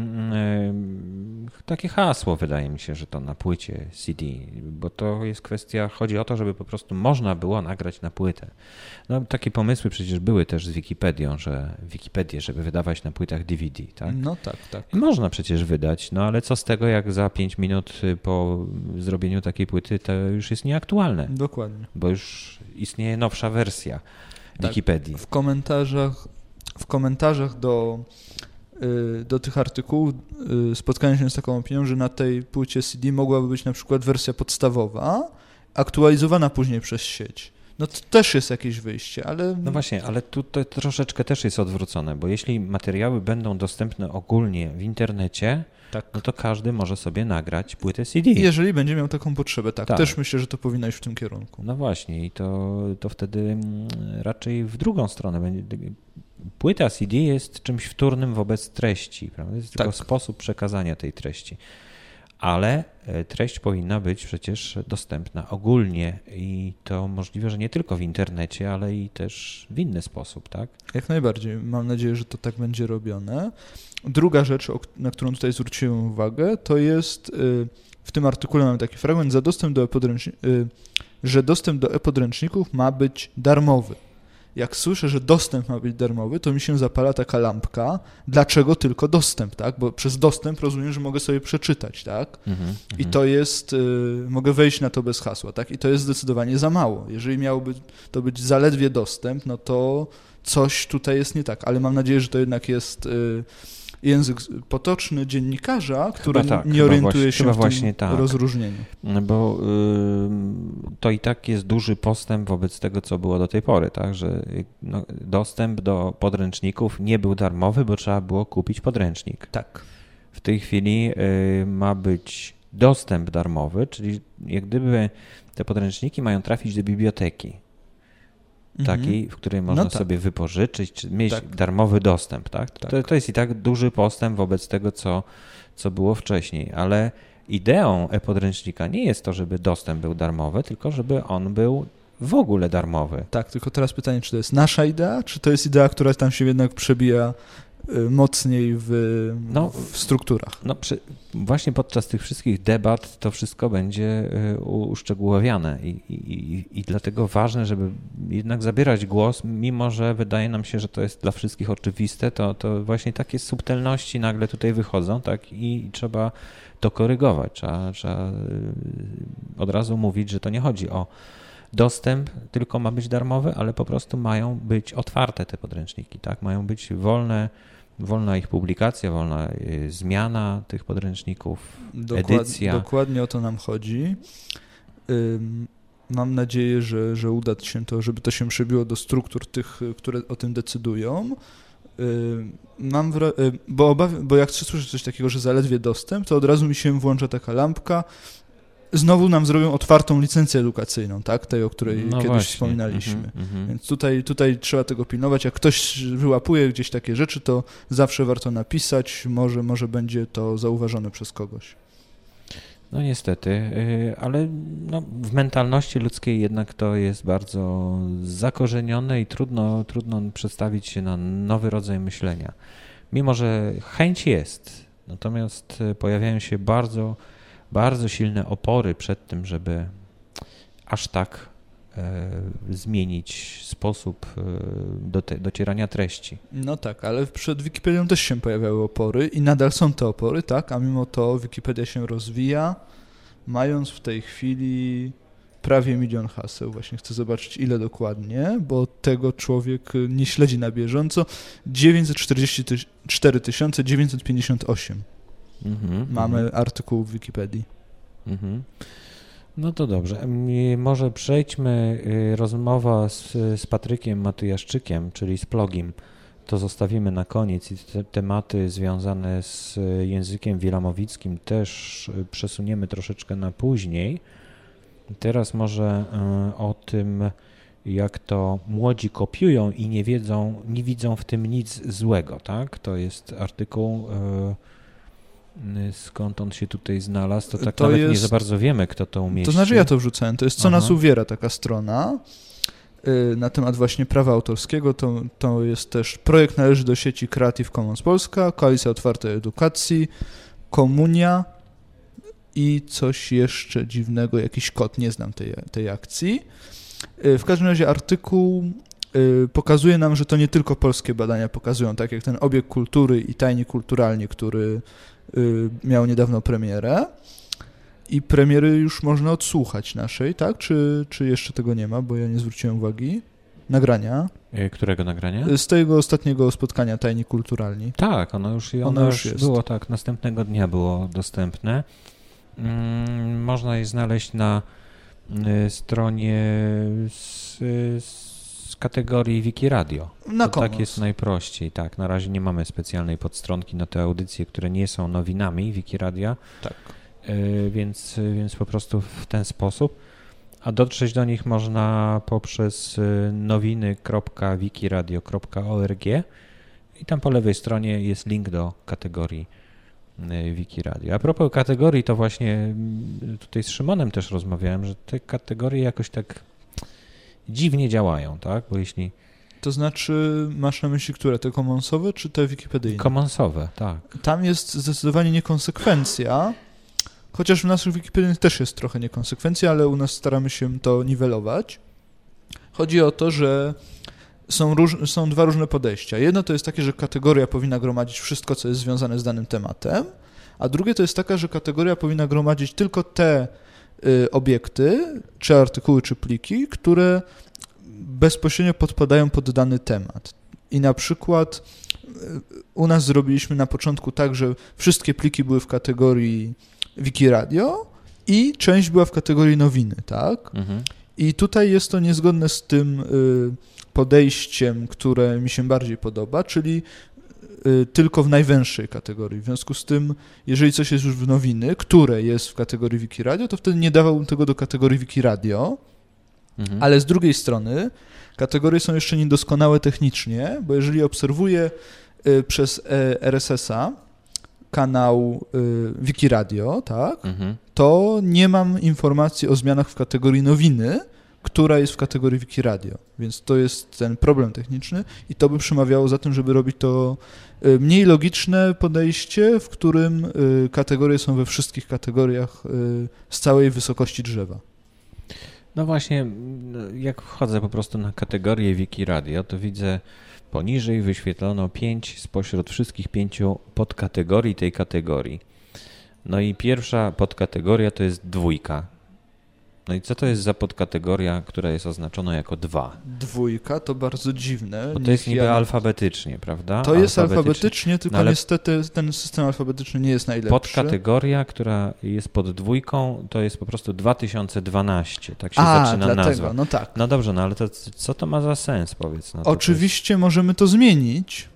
takie hasło, wydaje mi się, że to na płycie CD, bo to jest kwestia, chodzi o to, żeby po prostu można było nagrać na płytę. No takie pomysły przecież były też z Wikipedią, żeby wydawać na płytach DVD, tak? No tak. Można przecież wydać, no ale co z tego, jak za 5 minut po zrobieniu takiej płyty to już jest nieaktualne. Dokładnie. Bo już istnieje nowsza wersja Wikipedii. W komentarzach do tych artykułów spotkałem się z taką opinią, że na tej płycie CD mogłaby być na przykład wersja podstawowa, aktualizowana później przez sieć. No to też jest jakieś wyjście, ale... No właśnie, ale tu to troszeczkę też jest odwrócone, bo jeśli materiały będą dostępne ogólnie w internecie, no to każdy może sobie nagrać płytę CD. Jeżeli będzie miał taką potrzebę, tak. Też myślę, że to powinno iść w tym kierunku. No właśnie i to wtedy raczej w drugą stronę będzie... Płyta CD jest czymś wtórnym wobec treści, prawda? Jest tylko sposób przekazania tej treści. Ale treść powinna być przecież dostępna ogólnie i to możliwe, że nie tylko w internecie, ale i też w inny sposób, tak? Jak najbardziej. Mam nadzieję, że to tak będzie robione. Druga rzecz, na którą tutaj zwróciłem uwagę, to jest w tym artykule mamy taki fragment, że dostęp do e-podręczników ma być darmowy. Jak słyszę, że dostęp ma być darmowy, to mi się zapala taka lampka, dlaczego tylko dostęp, tak? Bo przez dostęp rozumiem, że mogę sobie przeczytać, tak? I to jest, mogę wejść na to bez hasła, tak? I to jest zdecydowanie za mało. Jeżeli miałby to być zaledwie dostęp, no to coś tutaj jest nie tak, ale mam nadzieję, że to jednak jest język potoczny dziennikarza, który nie orientuje się w tym rozróżnieniu. Bo to i tak jest duży postęp wobec tego, co było do tej pory, tak? Że dostęp do podręczników nie był darmowy, bo trzeba było kupić podręcznik. Tak. W tej chwili ma być dostęp darmowy, czyli jak gdyby te podręczniki mają trafić do biblioteki. takiej, w której można No tak. sobie wypożyczyć, czy mieć Tak. darmowy dostęp, tak? Tak. To jest i tak duży postęp wobec tego, co było wcześniej, ale ideą e-podręcznika nie jest to, żeby dostęp był darmowy, tylko żeby on był w ogóle darmowy. Tak, tylko teraz pytanie, czy to jest nasza idea, czy to jest idea, która tam się jednak przebija mocniej w strukturach? No, właśnie podczas tych wszystkich debat to wszystko będzie uszczegółowiane i dlatego ważne, żeby jednak zabierać głos, mimo że wydaje nam się, że to jest dla wszystkich oczywiste, to właśnie takie subtelności nagle tutaj wychodzą, tak, i trzeba to korygować. Trzeba od razu mówić, że to nie chodzi o dostęp, tylko ma być darmowy, ale po prostu mają być otwarte te podręczniki, tak, mają być wolna ich publikacja, wolna zmiana tych podręczników, edycja. Dokładnie o to nam chodzi. Mam nadzieję, że uda się to, żeby to się przebiło do struktur tych, które o tym decydują. Bo jak słyszę coś takiego, że zaledwie dostęp, to od razu mi się włącza taka lampka. Znowu nam zrobią otwartą licencję edukacyjną, tak? Tej, o której kiedyś wspominaliśmy. Więc tutaj trzeba tego pilnować. Jak ktoś wyłapuje gdzieś takie rzeczy, to zawsze warto napisać. Może będzie to zauważone przez kogoś. No niestety, ale w mentalności ludzkiej jednak to jest bardzo zakorzenione i trudno przestawić się na nowy rodzaj myślenia. Mimo że chęć jest, natomiast pojawiają się bardzo, bardzo silne opory przed tym, żeby aż tak zmienić sposób docierania treści. No tak, ale przed Wikipedią też się pojawiały opory i nadal są te opory, tak? A mimo to Wikipedia się rozwija, mając w tej chwili prawie 1 000 000 haseł. Właśnie chcę zobaczyć, ile dokładnie, bo tego człowiek nie śledzi na bieżąco. 944 958 mamy artykułów w Wikipedii. No to dobrze. Może przejdźmy, rozmowa z Patrykiem Matyjaszczykiem, czyli z Plogim, to zostawimy na koniec i te tematy związane z językiem wilamowickim też przesuniemy troszeczkę na później. Teraz może o tym, jak to młodzi kopiują i nie widzą w tym nic złego, tak? To jest artykuł, skąd on się tutaj znalazł, to tak to nawet nie za bardzo wiemy, kto to umieścił. To znaczy ja to wrzucałem, to jest Co nas uwiera, taka strona na temat właśnie prawa autorskiego, to jest też projekt należy do sieci Creative Commons Polska, Koalicja Otwartej Edukacji, Komunia i coś jeszcze dziwnego, jakiś kod, nie znam tej akcji. W każdym razie artykuł pokazuje nam, że to nie tylko polskie badania pokazują, tak jak ten obieg kultury i tajni kulturalni, który miał niedawno premierę i premiery już można odsłuchać naszej, tak? Czy jeszcze tego nie ma, bo ja nie zwróciłem uwagi. Nagrania. Którego nagrania? Z tego ostatniego spotkania Tajni Kulturalni. Tak, ono już jest. Było tak, następnego dnia było dostępne. Można je znaleźć na stronie z kategorii Wikiradio. Tak jest najprościej, tak. Na razie nie mamy specjalnej podstronki na te audycje, które nie są nowinami Wikiradia. Tak. Więc po prostu w ten sposób. A dotrzeć do nich można poprzez nowiny.wikiradio.org i tam po lewej stronie jest link do kategorii Wikiradio. A propos kategorii, to właśnie tutaj z Szymonem też rozmawiałem, że te kategorie jakoś tak dziwnie działają, tak? Bo jeśli... To znaczy, masz na myśli które? Te commonsowe czy te wikipedyjne? Commonsowe, tak. Tam jest zdecydowanie niekonsekwencja, chociaż w naszych Wikipediach też jest trochę niekonsekwencja, ale u nas staramy się to niwelować. Chodzi o to, że są dwa różne podejścia. Jedno to jest takie, że kategoria powinna gromadzić wszystko, co jest związane z danym tematem, a drugie to jest taka, że kategoria powinna gromadzić tylko te obiekty, czy artykuły, czy pliki, które bezpośrednio podpadają pod dany temat. I na przykład u nas zrobiliśmy na początku tak, że wszystkie pliki były w kategorii Wikiradio i część była w kategorii nowiny, tak? Mhm. I tutaj jest to niezgodne z tym podejściem, które mi się bardziej podoba, czyli tylko w najwęższej kategorii. W związku z tym, jeżeli coś jest już w nowiny, które jest w kategorii Wikiradio, to wtedy nie dawałbym tego do kategorii Wikiradio, Ale z drugiej strony kategorie są jeszcze niedoskonałe technicznie, bo jeżeli obserwuję przez RSS-a kanał Wikiradio, tak, to nie mam informacji o zmianach w kategorii nowiny, która jest w kategorii Wikiradio. Więc to jest ten problem techniczny i to by przemawiało za tym, żeby robić to mniej logiczne podejście, w którym kategorie są we wszystkich kategoriach z całej wysokości drzewa. No właśnie, jak wchodzę po prostu na kategorię Wikiradio, to widzę poniżej wyświetlono 5 spośród wszystkich 5 podkategorii tej kategorii. No i pierwsza podkategoria to jest 2. No i co to jest za podkategoria, która jest oznaczona jako 2? 2 to bardzo dziwne. Bo to jest niby alfabetycznie, prawda? To jest alfabetycznie, tylko niestety ten system alfabetyczny nie jest najlepszy. Podkategoria, która jest pod 2, to jest po prostu 2012, tak się zaczyna nazwa. No tak. No dobrze, no ale to co to ma za sens, powiedz? No oczywiście możemy to zmienić,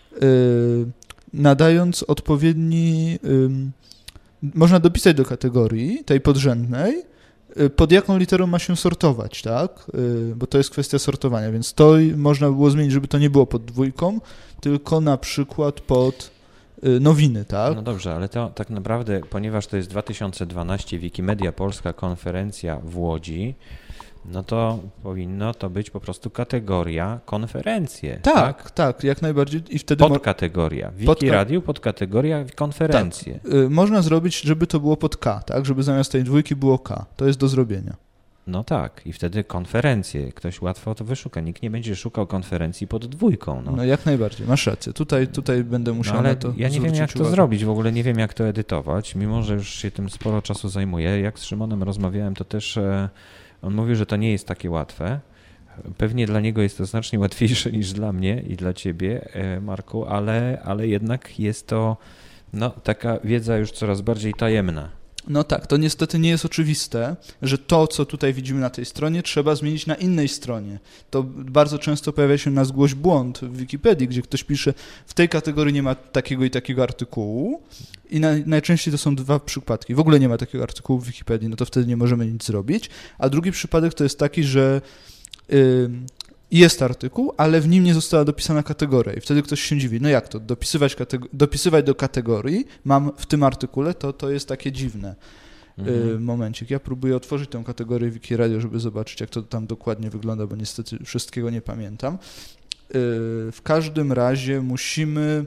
nadając odpowiedni... można dopisać do kategorii, tej podrzędnej, pod jaką literą ma się sortować, tak? Bo to jest kwestia sortowania, więc to można było zmienić, żeby to nie było pod 2, tylko na przykład pod nowiny, tak? No dobrze, ale to tak naprawdę, ponieważ to jest 2012 Wikimedia Polska konferencja w Łodzi, no to powinno to być po prostu kategoria konferencje. Tak, jak najbardziej. I wtedy podkategoria. Wikiradio, podkategoria konferencje. Tak. Można zrobić, żeby to było pod K, tak? Żeby zamiast tej 2 było K. To jest do zrobienia. No tak, i wtedy konferencje. Ktoś łatwo to wyszuka. Nikt nie będzie szukał konferencji pod 2. No jak najbardziej, masz rację. Tutaj będę musiał ale na to ja nie wiem, jak uwagę. to zrobić. W ogóle nie wiem, jak to edytować. Mimo że już się tym sporo czasu zajmuję. Jak z Szymonem rozmawiałem, to też... On mówił, że to nie jest takie łatwe. Pewnie dla niego jest to znacznie łatwiejsze niż dla mnie i dla ciebie, Marku, ale jednak jest to taka wiedza już coraz bardziej tajemna. No tak, to niestety nie jest oczywiste, że to, co tutaj widzimy na tej stronie, trzeba zmienić na innej stronie. To bardzo często pojawia się na zgłoś błąd w Wikipedii, gdzie ktoś pisze, w tej kategorii nie ma takiego i takiego artykułu i najczęściej to są 2 przypadki. W ogóle nie ma takiego artykułu w Wikipedii, no to wtedy nie możemy nic zrobić. A drugi przypadek to jest taki, że jest artykuł, ale w nim nie została dopisana kategoria i wtedy ktoś się dziwi, no jak to, dopisywać do kategorii mam w tym artykule, to jest takie dziwne. Momencik, ja próbuję otworzyć tę kategorię Wikiradio, żeby zobaczyć, jak to tam dokładnie wygląda, bo niestety wszystkiego nie pamiętam. W każdym razie musimy...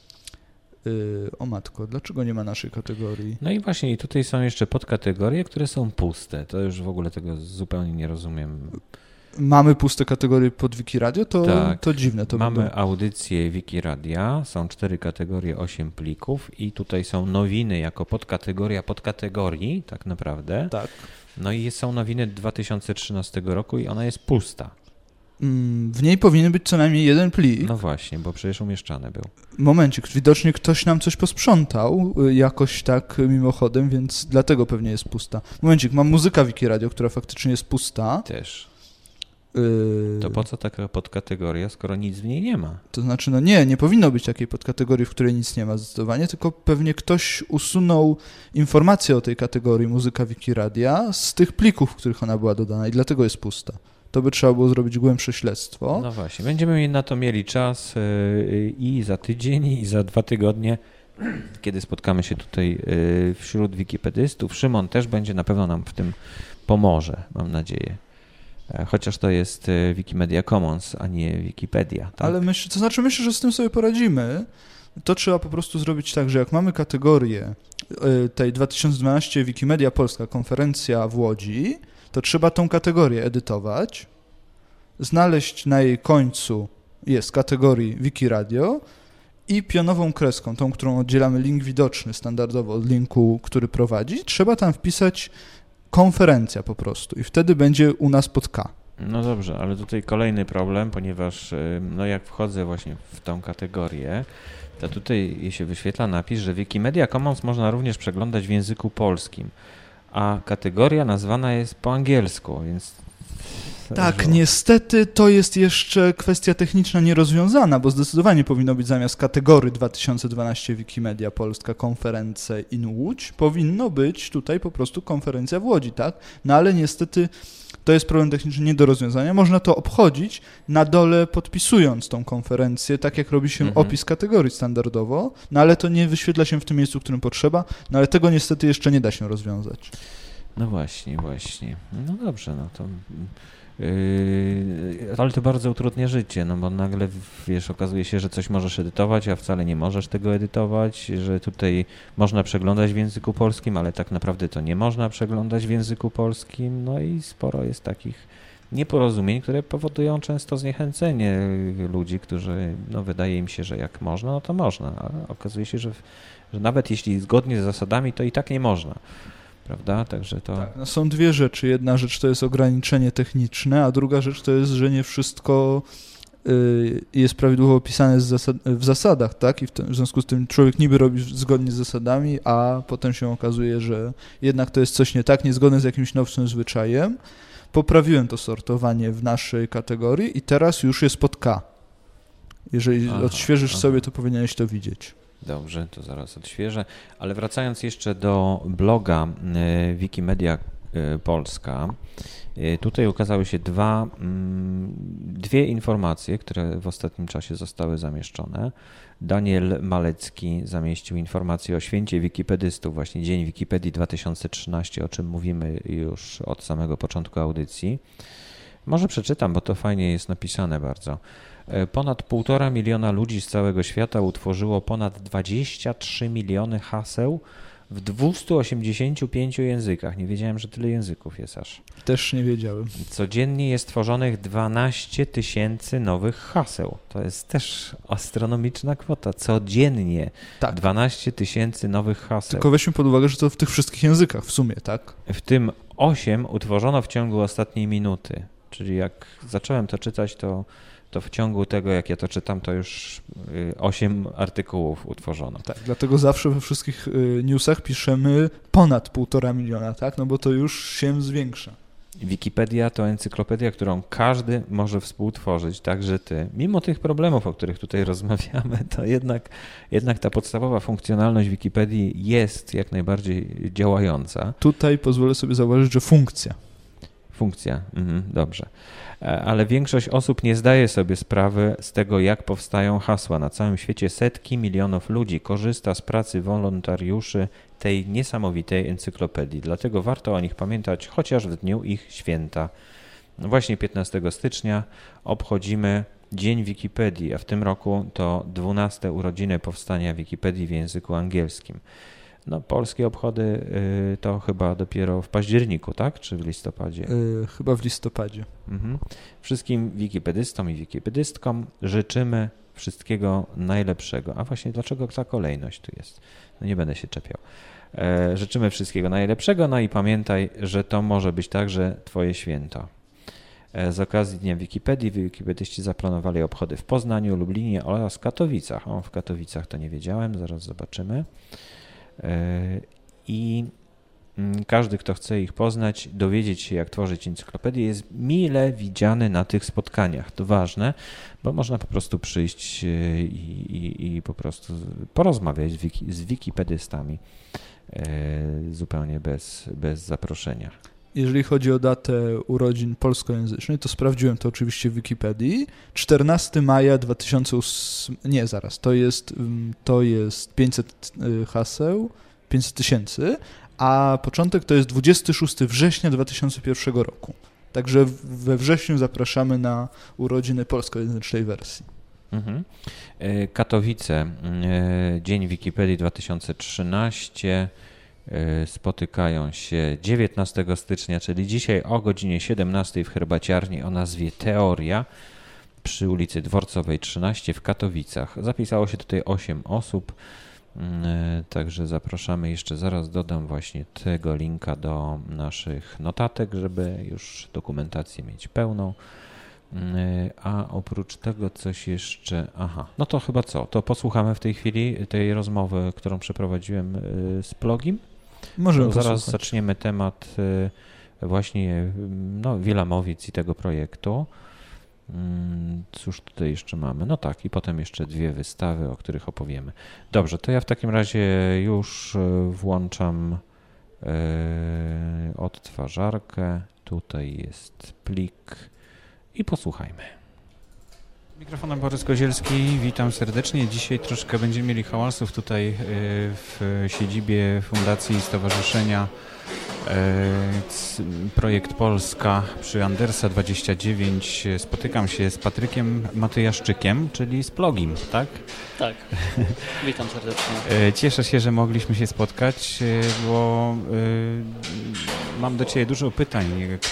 O matko, dlaczego nie ma naszej kategorii? No i właśnie, i tutaj są jeszcze podkategorie, które są puste. To już w ogóle tego zupełnie nie rozumiem. Mamy puste kategorie pod Wikiradio? Tak. To dziwne. Mamy audycję Wikiradia, są 4 kategorie, 8 plików i tutaj są nowiny jako podkategoria podkategorii, tak naprawdę. Tak. No i są nowiny 2013 roku i ona jest pusta. W niej powinien być co najmniej 1 plik. No właśnie, bo przecież umieszczany był. Momencik, widocznie ktoś nam coś posprzątał jakoś tak mimochodem, więc dlatego pewnie jest pusta. Momencik, mam muzyka Wikiradio, która faktycznie jest pusta. Też. To po co taka podkategoria, skoro nic w niej nie ma? To znaczy, no nie powinno być takiej podkategorii, w której nic nie ma zdecydowanie, tylko pewnie ktoś usunął informacje o tej kategorii muzyka Wikiradia z tych plików, w których ona była dodana i dlatego jest pusta. To by trzeba było zrobić głębsze śledztwo. No właśnie, będziemy na to mieli czas i za tydzień, i za 2 tygodnie, kiedy spotkamy się tutaj wśród wikipedystów. Szymon też będzie, na pewno nam w tym pomoże, mam nadzieję. Chociaż to jest Wikimedia Commons, a nie Wikipedia. Tak? Ale myślę, że z tym sobie poradzimy. To trzeba po prostu zrobić tak, że jak mamy kategorię tej 2012 Wikimedia Polska konferencja w Łodzi, to trzeba tą kategorię edytować, znaleźć na jej końcu jest kategorii Wikiradio i pionową kreską, tą, którą oddzielamy link widoczny standardowo od linku, który prowadzi, trzeba tam wpisać konferencja po prostu i wtedy będzie u nas pod K. No dobrze, ale tutaj kolejny problem, ponieważ jak wchodzę właśnie w tą kategorię, to tutaj się wyświetla napis, że Wikimedia Commons można również przeglądać w języku polskim, a kategoria nazwana jest po angielsku, więc... Tak, niestety to jest jeszcze kwestia techniczna nierozwiązana, bo zdecydowanie powinno być zamiast kategorii 2012 Wikimedia Polska konferencja in Łódź, powinno być tutaj po prostu konferencja w Łodzi, tak? No ale niestety To jest problem techniczny nie do rozwiązania. Można to obchodzić na dole podpisując tą konferencję, tak jak robi się opis kategorii standardowo, no ale to nie wyświetla się w tym miejscu, w którym potrzeba, no ale tego niestety jeszcze nie da się rozwiązać. No właśnie. No dobrze, no to... ale to bardzo utrudnia życie, no bo nagle, wiesz, okazuje się, że coś możesz edytować, a wcale nie możesz tego edytować, że tutaj można przeglądać w języku polskim, ale tak naprawdę to nie można przeglądać w języku polskim, no i sporo jest takich nieporozumień, które powodują często zniechęcenie ludzi, którzy, no wydaje im się, że jak można, no to można, a okazuje się, że nawet jeśli zgodnie z zasadami, to i tak nie można. Prawda? Także to... Tak, no są dwie rzeczy. Jedna rzecz to jest ograniczenie techniczne, a druga rzecz to jest, że nie wszystko jest prawidłowo opisane w zasadach, tak? I w związku z tym człowiek niby robi zgodnie z zasadami, a potem się okazuje, że jednak to jest coś nie tak, niezgodne z jakimś nowym zwyczajem. Poprawiłem to sortowanie w naszej kategorii i teraz już jest pod K. Jeżeli odświeżysz sobie, to powinieneś to widzieć. Dobrze, to zaraz odświeżę, ale wracając jeszcze do bloga Wikimedia Polska, tutaj ukazały się dwie informacje, które w ostatnim czasie zostały zamieszczone. Daniel Malecki zamieścił informację o święcie wikipedystów, właśnie Dzień Wikipedii 2013, o czym mówimy już od samego początku audycji. Może przeczytam, bo to fajnie jest napisane bardzo. Ponad 1,5 miliona ludzi z całego świata utworzyło ponad 23 miliony haseł w 285 językach. Nie wiedziałem, że tyle języków jest aż. Też nie wiedziałem. Codziennie jest tworzonych 12 000 nowych haseł. To jest też astronomiczna kwota. Codziennie 12 000 nowych haseł. Tylko weźmy pod uwagę, że to w tych wszystkich językach w sumie, tak? W tym 8 utworzono w ciągu ostatniej minuty. Czyli jak zacząłem to czytać, to w ciągu tego, jak ja to czytam, to już 8 artykułów utworzono. Tak, dlatego zawsze we wszystkich newsach piszemy ponad 1,5 miliona, tak? No bo to już się zwiększa. Wikipedia to encyklopedia, którą każdy może współtworzyć, także ty. Mimo tych problemów, o których tutaj rozmawiamy, to jednak ta podstawowa funkcjonalność Wikipedii jest jak najbardziej działająca. Tutaj pozwolę sobie zauważyć, że funkcja, dobrze. Ale większość osób nie zdaje sobie sprawy z tego, jak powstają hasła. Na całym świecie setki milionów ludzi korzysta z pracy wolontariuszy tej niesamowitej encyklopedii. Dlatego warto o nich pamiętać chociaż w dniu ich święta. No właśnie 15 stycznia obchodzimy Dzień Wikipedii, a w tym roku to 12. urodziny powstania Wikipedii w języku angielskim. No, polskie obchody to chyba dopiero w październiku, tak? Czy w listopadzie? Chyba w listopadzie. Wszystkim wikipedystom i wikipedystkom życzymy wszystkiego najlepszego. A właśnie dlaczego ta kolejność tu jest? No nie będę się czepiał. Życzymy wszystkiego najlepszego, no i pamiętaj, że to może być także twoje święto. Z okazji Dnia Wikipedii wikipedyści zaplanowali obchody w Poznaniu, Lublinie oraz Katowicach. W Katowicach to nie wiedziałem, zaraz zobaczymy. I każdy, kto chce ich poznać, dowiedzieć się, jak tworzyć encyklopedię, jest mile widziany na tych spotkaniach. To ważne, bo można po prostu przyjść i po prostu porozmawiać z wikipedystami zupełnie bez zaproszenia. Jeżeli chodzi o datę urodzin polskojęzycznej, to sprawdziłem to oczywiście w Wikipedii. 14 maja 2008... Nie, zaraz. To jest 500 haseł, 500 000, a początek to jest 26 września 2001 roku. Także we wrześniu zapraszamy na urodziny polskojęzycznej wersji. Katowice, Dzień Wikipedii 2013... spotykają się 19 stycznia, czyli dzisiaj o godzinie 17 w herbaciarni o nazwie Teoria przy ulicy Dworcowej 13 w Katowicach. Zapisało się tutaj 8 osób, także zapraszamy. Jeszcze zaraz dodam właśnie tego linka do naszych notatek, żeby już dokumentację mieć pełną. A oprócz tego coś jeszcze... no to chyba co? To posłuchamy w tej chwili tej rozmowy, którą przeprowadziłem z Plogim. Możemy zaraz posłuchać. zaczniemy temat właśnie Wilamowic i tego projektu. Cóż tutaj jeszcze mamy? No tak, i potem jeszcze 2 wystawy, o których opowiemy. Dobrze, to ja w takim razie już włączam odtwarzarkę Tutaj jest plik i posłuchajmy. Mikrofonem Borys Kozielski, witam serdecznie. Dzisiaj troszkę będziemy mieli hałasów tutaj w siedzibie Fundacji i Stowarzyszenia Projekt Polska przy Andersa 29. Spotykam się z Patrykiem Matyjaszczykiem, czyli z Plogim, tak? Tak, witam serdecznie. Cieszę się, że mogliśmy się spotkać, bo mam do Ciebie dużo pytań,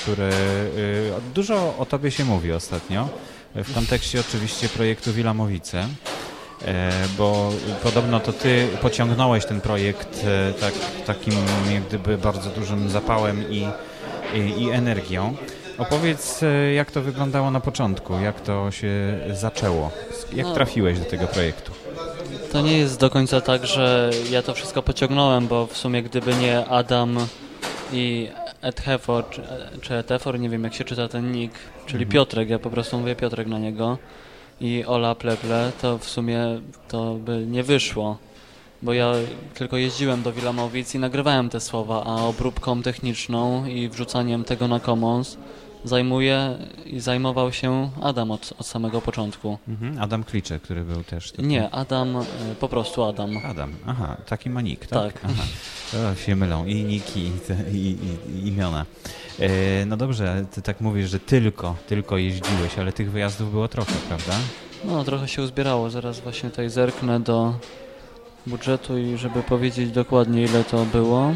dużo o Tobie się mówi ostatnio, w kontekście oczywiście projektu Wilamowice, bo podobno to Ty pociągnąłeś ten projekt takim jak gdyby bardzo dużym zapałem i energią. Opowiedz, jak to wyglądało na początku, jak to się zaczęło, jak trafiłeś do tego projektu? To nie jest do końca tak, że ja to wszystko pociągnąłem, bo w sumie gdyby nie Adam i Edhefor, czy Etefor, nie wiem jak się czyta ten nick, czyli Piotrek, ja po prostu mówię Piotrek na niego, i Ola Pleple, to w sumie to by nie wyszło, bo ja tylko jeździłem do Wilamowic i nagrywałem te słowa, a obróbką techniczną i wrzucaniem tego na Commons zajmował się Adam od samego początku. Adam Kliczek, który był też... Taki... Nie, Adam, po prostu Adam. Adam, aha, taki ma nick, tak? Tak. Aha. To się mylą i niki, i imiona. No dobrze, ty tak mówisz, że tylko jeździłeś, ale tych wyjazdów było trochę, prawda? No, trochę się uzbierało. Zaraz właśnie tutaj zerknę do budżetu i żeby powiedzieć dokładnie ile to było.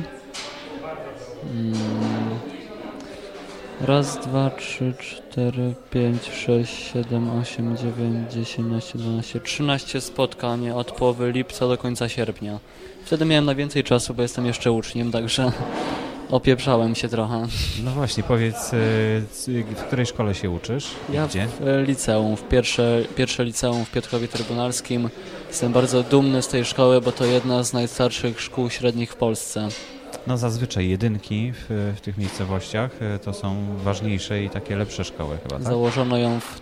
Raz, dwa, trzy, 4, 5, 6, 7, 8, 9, 10, 11, 12, 13 spotkań od połowy lipca do końca sierpnia. Wtedy miałem najwięcej czasu, bo jestem jeszcze uczniem, także opieprzałem się trochę. No właśnie, powiedz, w której szkole się uczysz? Ja Gdzie? w liceum, pierwsze liceum w Piotrkowie Trybunalskim. Jestem bardzo dumny z tej szkoły, bo to jedna z najstarszych szkół średnich w Polsce. No zazwyczaj jedynki w tych miejscowościach to są ważniejsze i takie lepsze szkoły chyba, tak? Założono ją w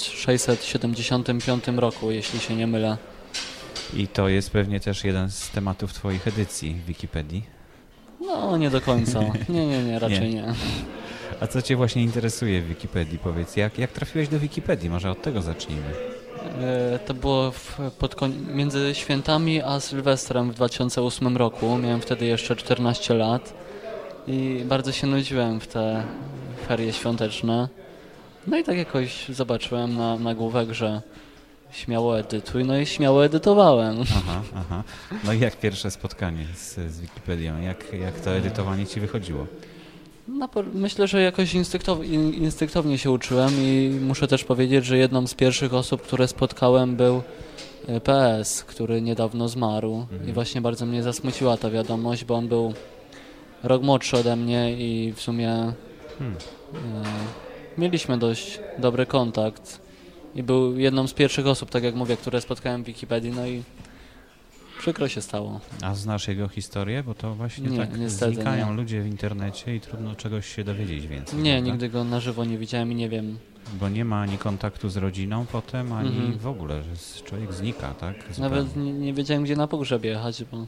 1675 roku, jeśli się nie mylę. I to jest pewnie też jeden z tematów Twoich edycji w Wikipedii? No, nie do końca. Nie, raczej nie. A co Cię właśnie interesuje w Wikipedii? Powiedz, jak trafiłeś do Wikipedii? Może od tego zacznijmy. To było między świętami a Sylwestrem w 2008 roku. Miałem wtedy jeszcze 14 lat i bardzo się nudziłem w te ferie świąteczne. No i tak jakoś zobaczyłem na nagłówek, że śmiało edytuj, no i śmiało edytowałem. Aha. No i jak pierwsze spotkanie z Wikipedią? Jak to edytowanie Ci wychodziło? No, myślę, że jakoś instynktownie się uczyłem i muszę też powiedzieć, że jedną z pierwszych osób, które spotkałem, był PS, który niedawno zmarł i właśnie bardzo mnie zasmuciła ta wiadomość, bo on był rok młodszy ode mnie i w sumie mieliśmy dość dobry kontakt i był jedną z pierwszych osób, tak jak mówię, które spotkałem w Wikipedii, no i przykro się stało. A znasz jego historię? Bo to właśnie niestety znikają ludzie w internecie i trudno czegoś się dowiedzieć więcej. Nie, prawda? nigdy go na żywo nie widziałem i nie wiem. Bo nie ma ani kontaktu z rodziną potem, ani w ogóle, że człowiek znika, tak? Zupełnie. Nawet nie wiedziałem, gdzie na pogrzeb jechać, bo...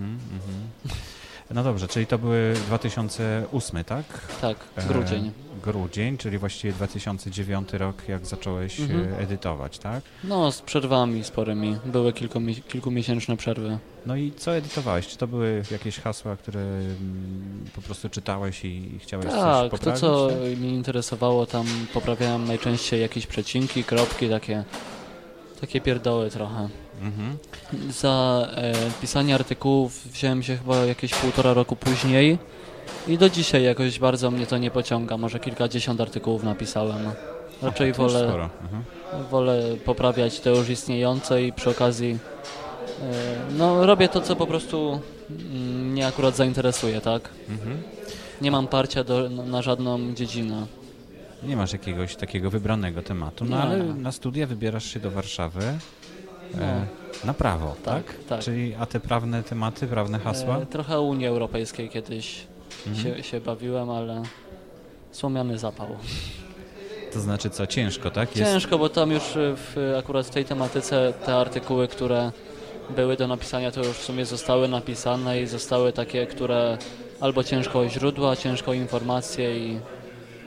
No dobrze, czyli to były 2008, tak? Tak, grudzień. Grudzień, czyli właściwie 2009 rok, jak zacząłeś edytować, tak? No, z przerwami sporymi. Były kilkumiesięczne przerwy. No i co edytowałeś? Czy to były jakieś hasła, które po prostu czytałeś i chciałeś coś poprawić? Tak, to co mnie interesowało, tam poprawiałem najczęściej jakieś przecinki, kropki, takie pierdoły trochę. Za pisanie artykułów wziąłem się chyba jakieś 1,5 roku później i do dzisiaj jakoś bardzo mnie to nie pociąga. Może kilkadziesiąt artykułów napisałem. Raczej wolę poprawiać te już istniejące i przy okazji robię to, co po prostu mnie akurat zainteresuje, tak? Nie mam parcia na żadną dziedzinę. Nie masz jakiegoś takiego wybranego tematu, ale na studia wybierasz się do Warszawy na prawo, tak? Tak. Czyli a te prawne tematy, prawne hasła? Trochę o Unii Europejskiej kiedyś się bawiłem, ale słomiany zapał. To znaczy co, ciężko, tak? Ciężko, bo tam już akurat w tej tematyce te artykuły, które były do napisania, to już w sumie zostały napisane i zostały takie, które albo ciężko o źródła, ciężko o informacje i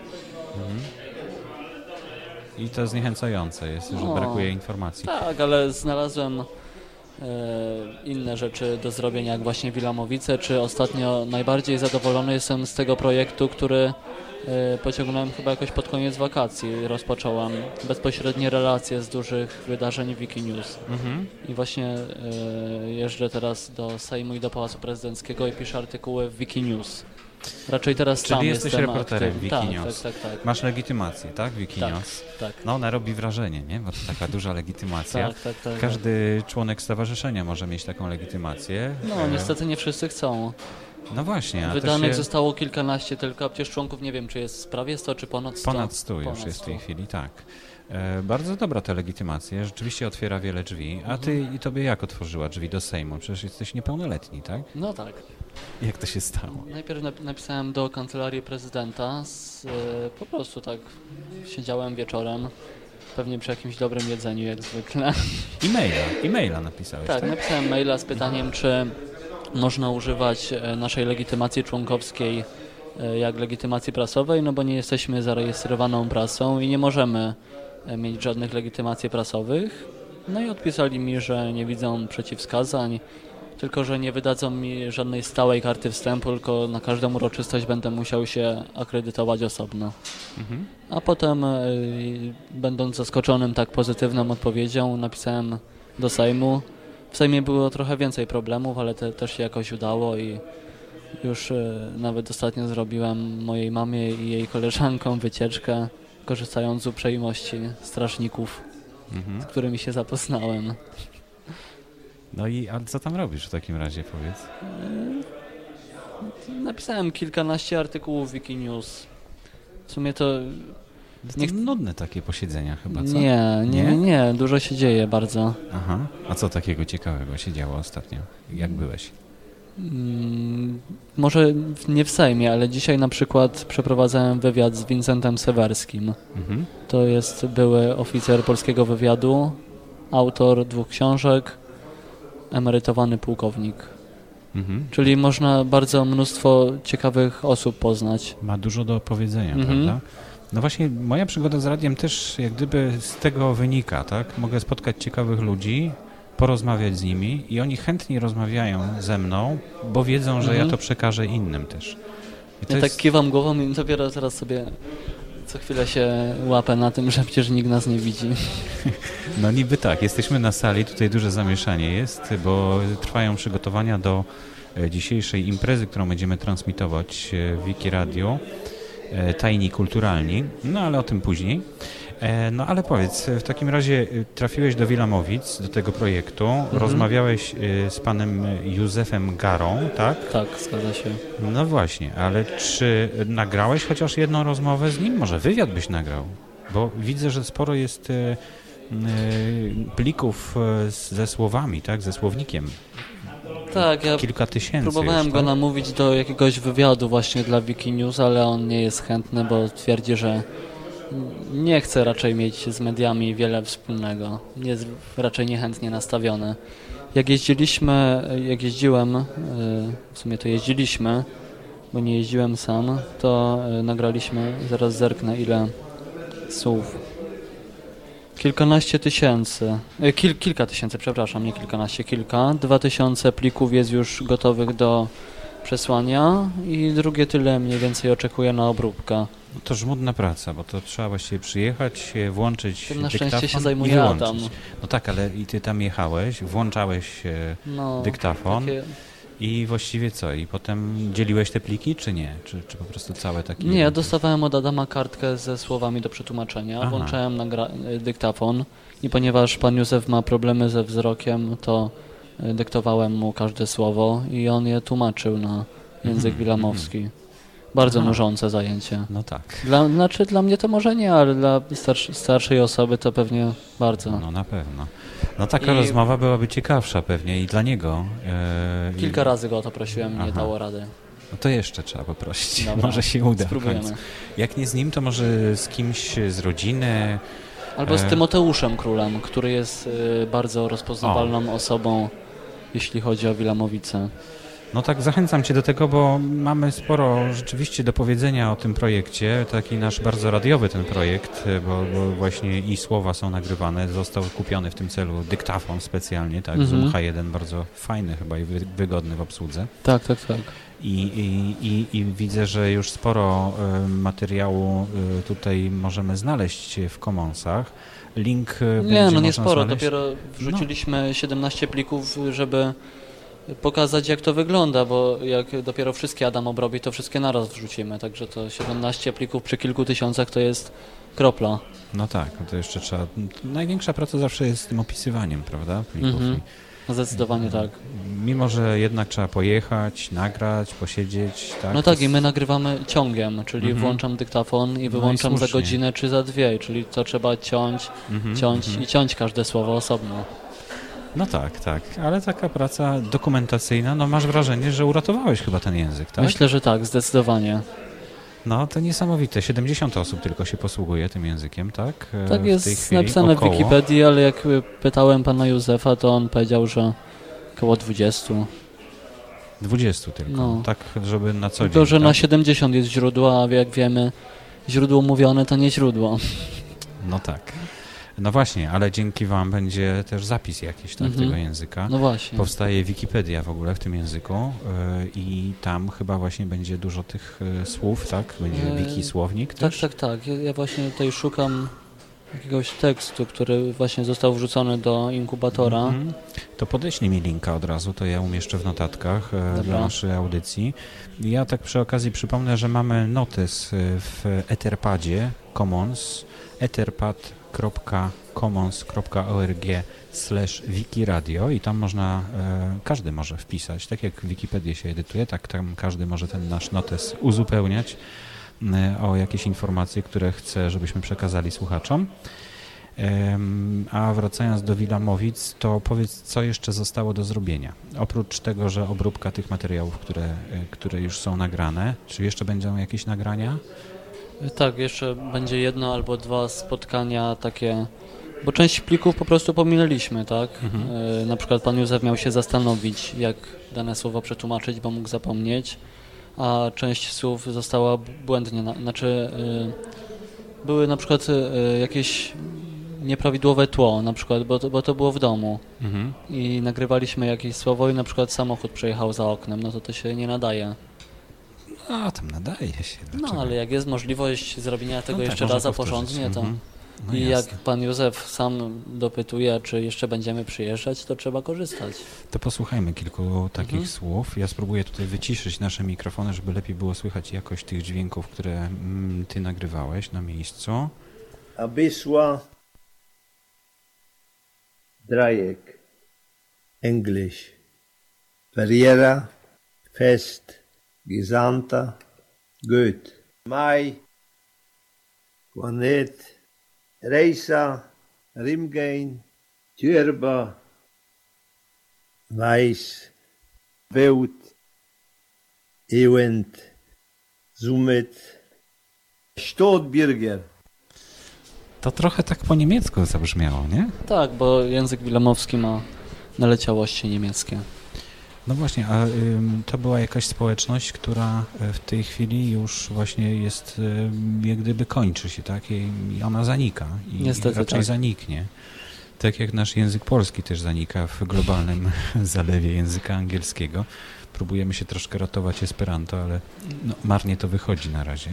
I to zniechęcające jest, że No. brakuje informacji. Tak, ale znalazłem inne rzeczy do zrobienia, jak właśnie Wilamowice, czy ostatnio najbardziej zadowolony jestem z tego projektu, który pociągnąłem chyba jakoś pod koniec wakacji. Rozpocząłem bezpośrednie relacje z dużych wydarzeń Wikinews. I właśnie jeżdżę teraz do Sejmu i do Pałacu Prezydenckiego i piszę artykuły w Wikinews. Raczej teraz Czyli tam jesteś jestem reporterem aktywny. Wikinews. Tak. Masz legitymację, tak? Wikinews. Tak. No ona robi wrażenie, nie? Bo to taka duża legitymacja. Tak. Każdy członek stowarzyszenia może mieć taką legitymację. No niestety nie wszyscy chcą. No właśnie. A Wydanych to się... zostało kilkanaście tylko, a przecież członków nie wiem, czy jest prawie 100, czy ponad 100. Ponad 100 już jest w tej chwili, tak. Bardzo dobra ta legitymacja, rzeczywiście otwiera wiele drzwi. A ty i tobie jak otworzyła drzwi do Sejmu? Przecież jesteś niepełnoletni, tak? No tak. Jak to się stało? Najpierw napisałem do Kancelarii Prezydenta, po prostu tak siedziałem wieczorem, pewnie przy jakimś dobrym jedzeniu jak zwykle. E-maila napisałeś, tak? Tak, napisałem maila z pytaniem, czy można używać naszej legitymacji członkowskiej jak legitymacji prasowej, no bo nie jesteśmy zarejestrowaną prasą i nie możemy mieć żadnych legitymacji prasowych. No i odpisali mi, że nie widzą przeciwwskazań, tylko że nie wydadzą mi żadnej stałej karty wstępu, tylko na każdą uroczystość będę musiał się akredytować osobno. A potem, będąc zaskoczonym tak pozytywną odpowiedzią, napisałem do Sejmu. W Sejmie było trochę więcej problemów, ale też się jakoś udało i już nawet ostatnio zrobiłem mojej mamie i jej koleżankom wycieczkę, korzystając z uprzejmości strażników, z którymi się zapoznałem. No i a co tam robisz w takim razie, powiedz? Napisałem kilkanaście artykułów w Wikinews. W sumie to... To nudne takie posiedzenia chyba, co? Nie, dużo się dzieje bardzo. Aha, a co takiego ciekawego się działo ostatnio? Jak byłeś? Może nie w Sejmie, ale dzisiaj na przykład przeprowadzałem wywiad z Wincentem Sewerskim. To jest były oficer polskiego wywiadu, autor 2 książek, emerytowany pułkownik. Czyli można bardzo mnóstwo ciekawych osób poznać. Ma dużo do powiedzenia, prawda? No właśnie, moja przygoda z radiem też jak gdyby z tego wynika, tak? Mogę spotkać ciekawych ludzi, porozmawiać z nimi i oni chętnie rozmawiają ze mną, bo wiedzą, że ja to przekażę innym też. Ja tak kiwam głową i dopiero teraz sobie co chwilę się łapę na tym, że przecież nikt nas nie widzi. No niby tak, jesteśmy na sali, tutaj duże zamieszanie jest, bo trwają przygotowania do dzisiejszej imprezy, którą będziemy transmitować w Wiki Radio, Tajni Kulturalni, no ale o tym później. No ale powiedz, w takim razie trafiłeś do Wilamowic, do tego projektu, rozmawiałeś z panem Józefem Garą, tak? Tak, zgadza się. No właśnie, ale czy nagrałeś chociaż jedną rozmowę z nim? Może wywiad byś nagrał? Bo widzę, że sporo jest plików ze słowami, tak? Ze słownikiem. Tak, ja kilka tysięcy próbowałem już, go tak? namówić do jakiegoś wywiadu właśnie dla Wikinews, ale on nie jest chętny, bo twierdzi, że nie chce raczej mieć z mediami wiele wspólnego. Jest raczej niechętnie nastawiony. Jak jeździłem, w sumie to jeździliśmy, bo nie jeździłem sam, to nagraliśmy, zaraz zerknę ile słów. Kilkanaście tysięcy, kilka tysięcy, przepraszam, nie kilkanaście, kilka. 2000 plików jest już gotowych do przesłania i drugie tyle mniej więcej oczekuje na obróbkę. To żmudna praca, bo to trzeba właściwie przyjechać, włączyć Tym na dyktafon szczęście się i zajmuje wyłączyć. Adam. No tak, ale i ty tam jechałeś, włączałeś dyktafon i właściwie co? I potem dzieliłeś te pliki, czy nie? Czy po prostu całe takie... Nie, dostawałem od Adama kartkę ze słowami do przetłumaczenia, włączałem dyktafon i ponieważ pan Józef ma problemy ze wzrokiem, to dyktowałem mu każde słowo i on je tłumaczył na język wilamowski. Bardzo nużące zajęcie. No tak. Dla mnie to może nie, ale dla starszej osoby to pewnie bardzo. No na pewno. No taka rozmowa byłaby ciekawsza pewnie i dla niego. Kilka razy go o to prosiłem, nie dało rady. No to jeszcze trzeba poprosić. Dobra, może się uda. spróbujemy. Jak nie z nim, to może z kimś z rodziny. Albo z Tymoteuszem Królem, który jest bardzo rozpoznawalną osobą, jeśli chodzi o Wilamowice. No tak, zachęcam Cię do tego, bo mamy sporo rzeczywiście do powiedzenia o tym projekcie. Taki nasz bardzo radiowy ten projekt, bo właśnie i słowa są nagrywane. Został kupiony w tym celu dyktafon specjalnie, tak, Zoom H1, bardzo fajny chyba i wygodny w obsłudze. Tak. I widzę, że już sporo materiału tutaj możemy znaleźć w Commonsach. Link będzie nie sporo, znaleźć. dopiero wrzuciliśmy 17 plików, żeby pokazać, jak to wygląda, bo jak dopiero wszystkie Adam obrobi, to wszystkie naraz wrzucimy, także to 17 plików przy kilku tysiącach to jest kropla. No tak, to jeszcze trzeba... Największa praca zawsze jest z tym opisywaniem, prawda, plików. Zdecydowanie tak. Mimo, że jednak trzeba pojechać, nagrać, posiedzieć, tak? No tak, i my nagrywamy ciągiem, czyli włączam dyktafon i wyłączam za godzinę czy za dwie, czyli to trzeba ciąć i ciąć każde słowo osobno. No tak, ale taka praca dokumentacyjna, no masz wrażenie, że uratowałeś chyba ten język, tak? Myślę, że tak, zdecydowanie. No to niesamowite, 70 osób tylko się posługuje tym językiem, tak? Tak jest napisane w Wikipedii, ale jak pytałem pana Józefa, to on powiedział, że około 20. 20 tylko, no. Tak, żeby na co dzień. Tylko, że tak? na 70 jest źródło, a jak wiemy, źródło mówione to nie źródło. No tak. No właśnie, ale dzięki Wam będzie też zapis jakiś tego języka. No właśnie. Powstaje Wikipedia w ogóle w tym języku i tam chyba właśnie będzie dużo tych słów, tak? Będzie wiki-słownik też? Tak. Ja właśnie tutaj szukam jakiegoś tekstu, który właśnie został wrzucony do inkubatora. To podeślij mi linka od razu, to ja umieszczę w notatkach dla naszej audycji. Ja tak przy okazji przypomnę, że mamy notes w Etherpadzie Commons, etherpad.commons.org/wikiradio i tam można, każdy może wpisać, tak jak Wikipedię się edytuje, tak tam każdy może ten nasz notes uzupełniać o jakieś informacje, które chce, żebyśmy przekazali słuchaczom. A wracając do Wilamowic, to powiedz, co jeszcze zostało do zrobienia? Oprócz tego, że obróbka tych materiałów, które już są nagrane, czy jeszcze będą jakieś nagrania? Tak, jeszcze będzie jedno albo dwa spotkania takie, bo część plików po prostu pominęliśmy, tak? Na przykład pan Józef miał się zastanowić, jak dane słowo przetłumaczyć, bo mógł zapomnieć, a część słów została błędnie, były na przykład jakieś nieprawidłowe tło, na przykład, bo to było w domu i nagrywaliśmy jakieś słowo i na przykład samochód przejechał za oknem, no to się nie nadaje. No, tam nadaje się. Dlaczego? No, ale jak jest możliwość zrobienia tego jeszcze raz porządnie, to no i jasne. jak pan Józef sam dopytuje, czy jeszcze będziemy przyjeżdżać, to trzeba korzystać. To posłuchajmy kilku takich słów. Ja spróbuję tutaj wyciszyć nasze mikrofony, żeby lepiej było słychać jakość tych dźwięków, które ty nagrywałeś na miejscu. Abisła Drajek English Barriera Fest Gesandter Goethe Mai Planet Reisa Rimgain Tjurba Weiss Wild Ewent Summit Stadtbürger. To trochę tak po niemiecku zabrzmiało, nie? Tak, bo język wilamowski ma naleciałości niemieckie. No właśnie, a to była jakaś społeczność, która w tej chwili już właśnie jest, jak gdyby kończy się, tak? I ona zanika. I niestety raczej tak. zaniknie. Tak jak nasz język polski też zanika w globalnym zalewie języka angielskiego. Próbujemy się troszkę ratować Esperanto, ale no, marnie to wychodzi na razie.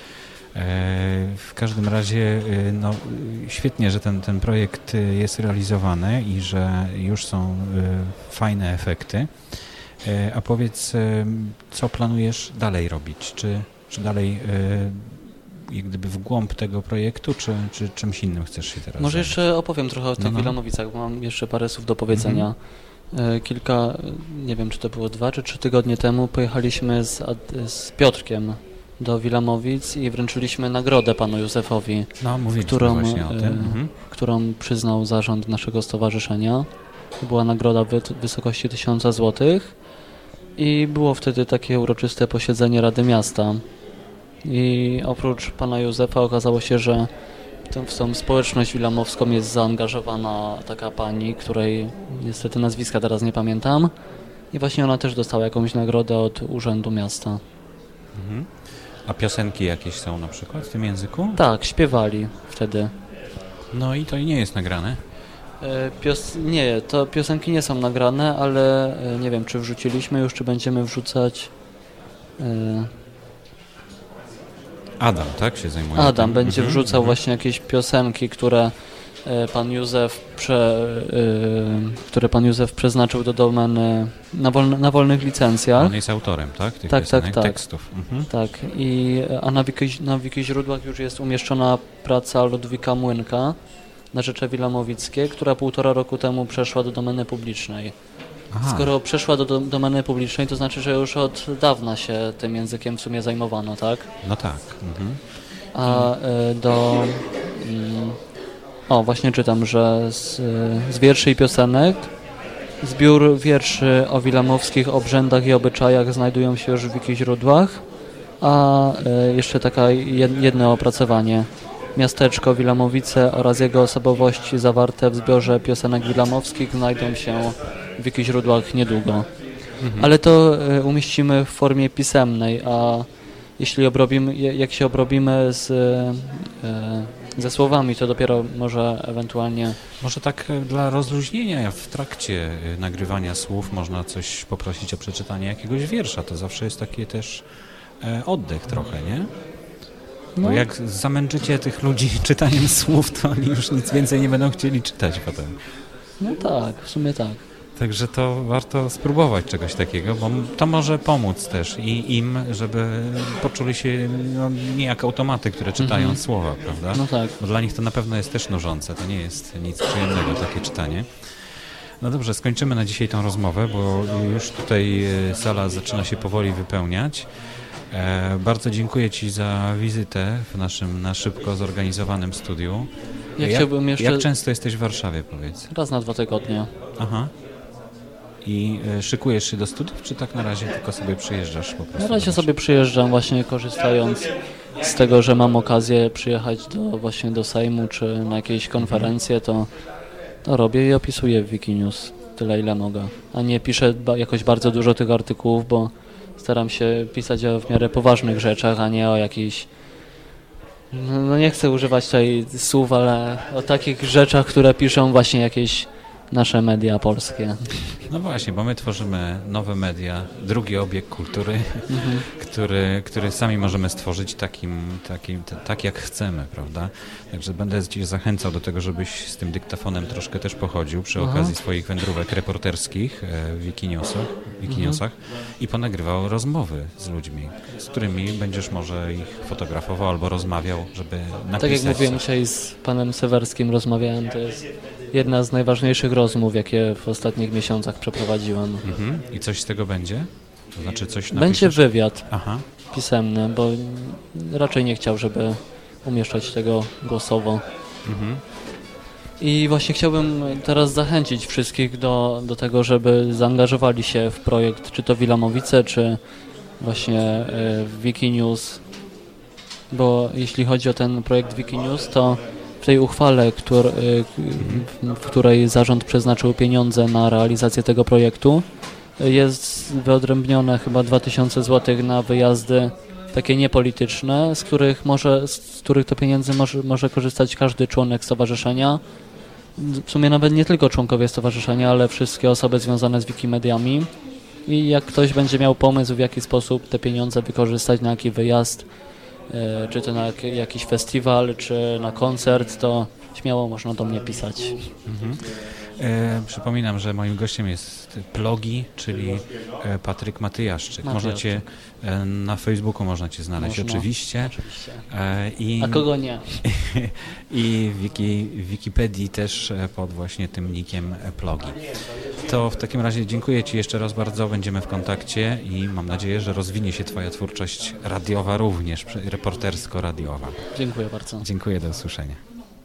W każdym razie no, świetnie, że ten projekt jest realizowany i że już są fajne efekty. A powiedz, co planujesz dalej robić? Czy dalej jak gdyby w głąb tego projektu, czy czymś innym chcesz się teraz Może zająć? jeszcze opowiem trochę o tych Wilamowicach, bo mam jeszcze parę słów do powiedzenia. Nie wiem, czy to było 2 czy 3 tygodnie temu, pojechaliśmy z Piotrkiem do Wilamowic i wręczyliśmy nagrodę panu Józefowi, No, mówiliśmy właśnie o tym. którą przyznał zarząd naszego stowarzyszenia. To była nagroda w wysokości 1000 złotych i było wtedy takie uroczyste posiedzenie Rady Miasta. I oprócz pana Józefa okazało się, że w tą społeczność wilamowską jest zaangażowana taka pani, której niestety nazwiska teraz nie pamiętam, I właśnie ona też dostała jakąś nagrodę od Urzędu Miasta. Mhm. A piosenki jakieś są na przykład w tym języku? Tak, śpiewali wtedy. No i to nie jest nagrane. Nie, to piosenki nie są nagrane, ale nie wiem, czy wrzuciliśmy już, czy będziemy wrzucać. Adam, tak, się zajmuje Adam tym? będzie wrzucał właśnie jakieś piosenki, które pan Józef przeznaczył do domeny na wolnych licencjach. On jest autorem, tak? Tych Tak, piosenek, tak. tekstów. Tak, a na Wiki Źródłach już jest umieszczona praca Ludwika Młynka na Rzecze Wilamowickie, która 1,5 roku temu przeszła do domeny publicznej. Aha. Skoro przeszła do domeny publicznej, to znaczy, że już od dawna się tym językiem w sumie zajmowano, tak? No tak. Mhm. A właśnie czytam, że z wierszy i piosenek zbiór wierszy o wilamowskich obrzędach i obyczajach znajdują się już w Wiki Źródłach, a jeszcze jedno opracowanie. Miasteczko Wilamowice oraz jego osobowości zawarte w zbiorze piosenek wilamowskich znajdą się w Wiki Źródłach niedługo. Ale to umieścimy w formie pisemnej, a jeśli jak się obrobimy ze słowami, to dopiero może ewentualnie... Może tak dla rozluźnienia w trakcie nagrywania słów można coś poprosić o przeczytanie jakiegoś wiersza. To zawsze jest taki też oddech trochę, nie? Bo jak zamęczycie tych ludzi czytaniem słów, to oni już nic więcej nie będą chcieli czytać potem. No tak, w sumie tak. Także to warto spróbować czegoś takiego, bo to może pomóc też i im, żeby poczuli się nie jak automaty, które czytają słowa, prawda? No tak. Bo dla nich to na pewno jest też nużące, to nie jest nic przyjemnego takie czytanie. No dobrze, skończymy na dzisiaj tą rozmowę, bo już tutaj sala zaczyna się powoli wypełniać. Bardzo dziękuję Ci za wizytę w naszym na szybko zorganizowanym studiu. Jak często jesteś w Warszawie, powiedz? Raz na 2 tygodnie. Aha. I szykujesz się do studiów, czy tak na razie tylko sobie przyjeżdżasz po prostu? Na razie sobie przyjeżdżam właśnie korzystając z tego, że mam okazję przyjechać właśnie do Sejmu, czy na jakieś konferencje, to robię i opisuję w Wikinews tyle, ile mogę. A nie piszę jakoś bardzo dużo tych artykułów, bo staram się pisać o w miarę poważnych rzeczach, a nie o jakichś... No nie chcę używać tutaj słów, ale o takich rzeczach, które piszą właśnie jakieś nasze media polskie. No właśnie, bo my tworzymy nowe media, drugi obieg kultury, który sami możemy stworzyć tak jak chcemy, prawda? Także będę Cię zachęcał do tego, żebyś z tym dyktafonem troszkę też pochodził przy okazji swoich wędrówek reporterskich w Wikiniosach i ponagrywał rozmowy z ludźmi, z którymi będziesz może ich fotografował albo rozmawiał, żeby napisać. Tak jak mówiłem dzisiaj z panem Sewerskim rozmawiałem, to jest jedna z najważniejszych rozmów, jakie w ostatnich miesiącach przeprowadziłem. I coś z tego będzie? To znaczy coś napiszesz? Będzie wywiad pisemny, bo raczej nie chciał, żeby umieszczać tego głosowo. I właśnie chciałbym teraz zachęcić wszystkich do tego, żeby zaangażowali się w projekt, czy to Wilamowice, czy właśnie Wikinews, bo jeśli chodzi o ten projekt Wikinews, to w tej uchwale, w której zarząd przeznaczył pieniądze na realizację tego projektu, jest wyodrębnione chyba 2000 zł na wyjazdy takie niepolityczne, z których to pieniędzy może korzystać każdy członek stowarzyszenia. W sumie nawet nie tylko członkowie stowarzyszenia, ale wszystkie osoby związane z Wikimediami. I jak ktoś będzie miał pomysł, w jaki sposób te pieniądze wykorzystać, na jaki wyjazd, czy to na jakiś festiwal, czy na koncert, to śmiało można do mnie pisać. Przypominam, że moim gościem jest Plogi, czyli Patryk Matyjaszczyk. Można Cię na Facebooku można Cię znaleźć, oczywiście. A kogo nie? I w Wikipedii też pod właśnie tym nickiem Plogi. To w takim razie dziękuję Ci jeszcze raz bardzo, będziemy w kontakcie i mam nadzieję, że rozwinie się Twoja twórczość radiowa również, reportersko-radiowa. Dziękuję bardzo. Dziękuję, do usłyszenia.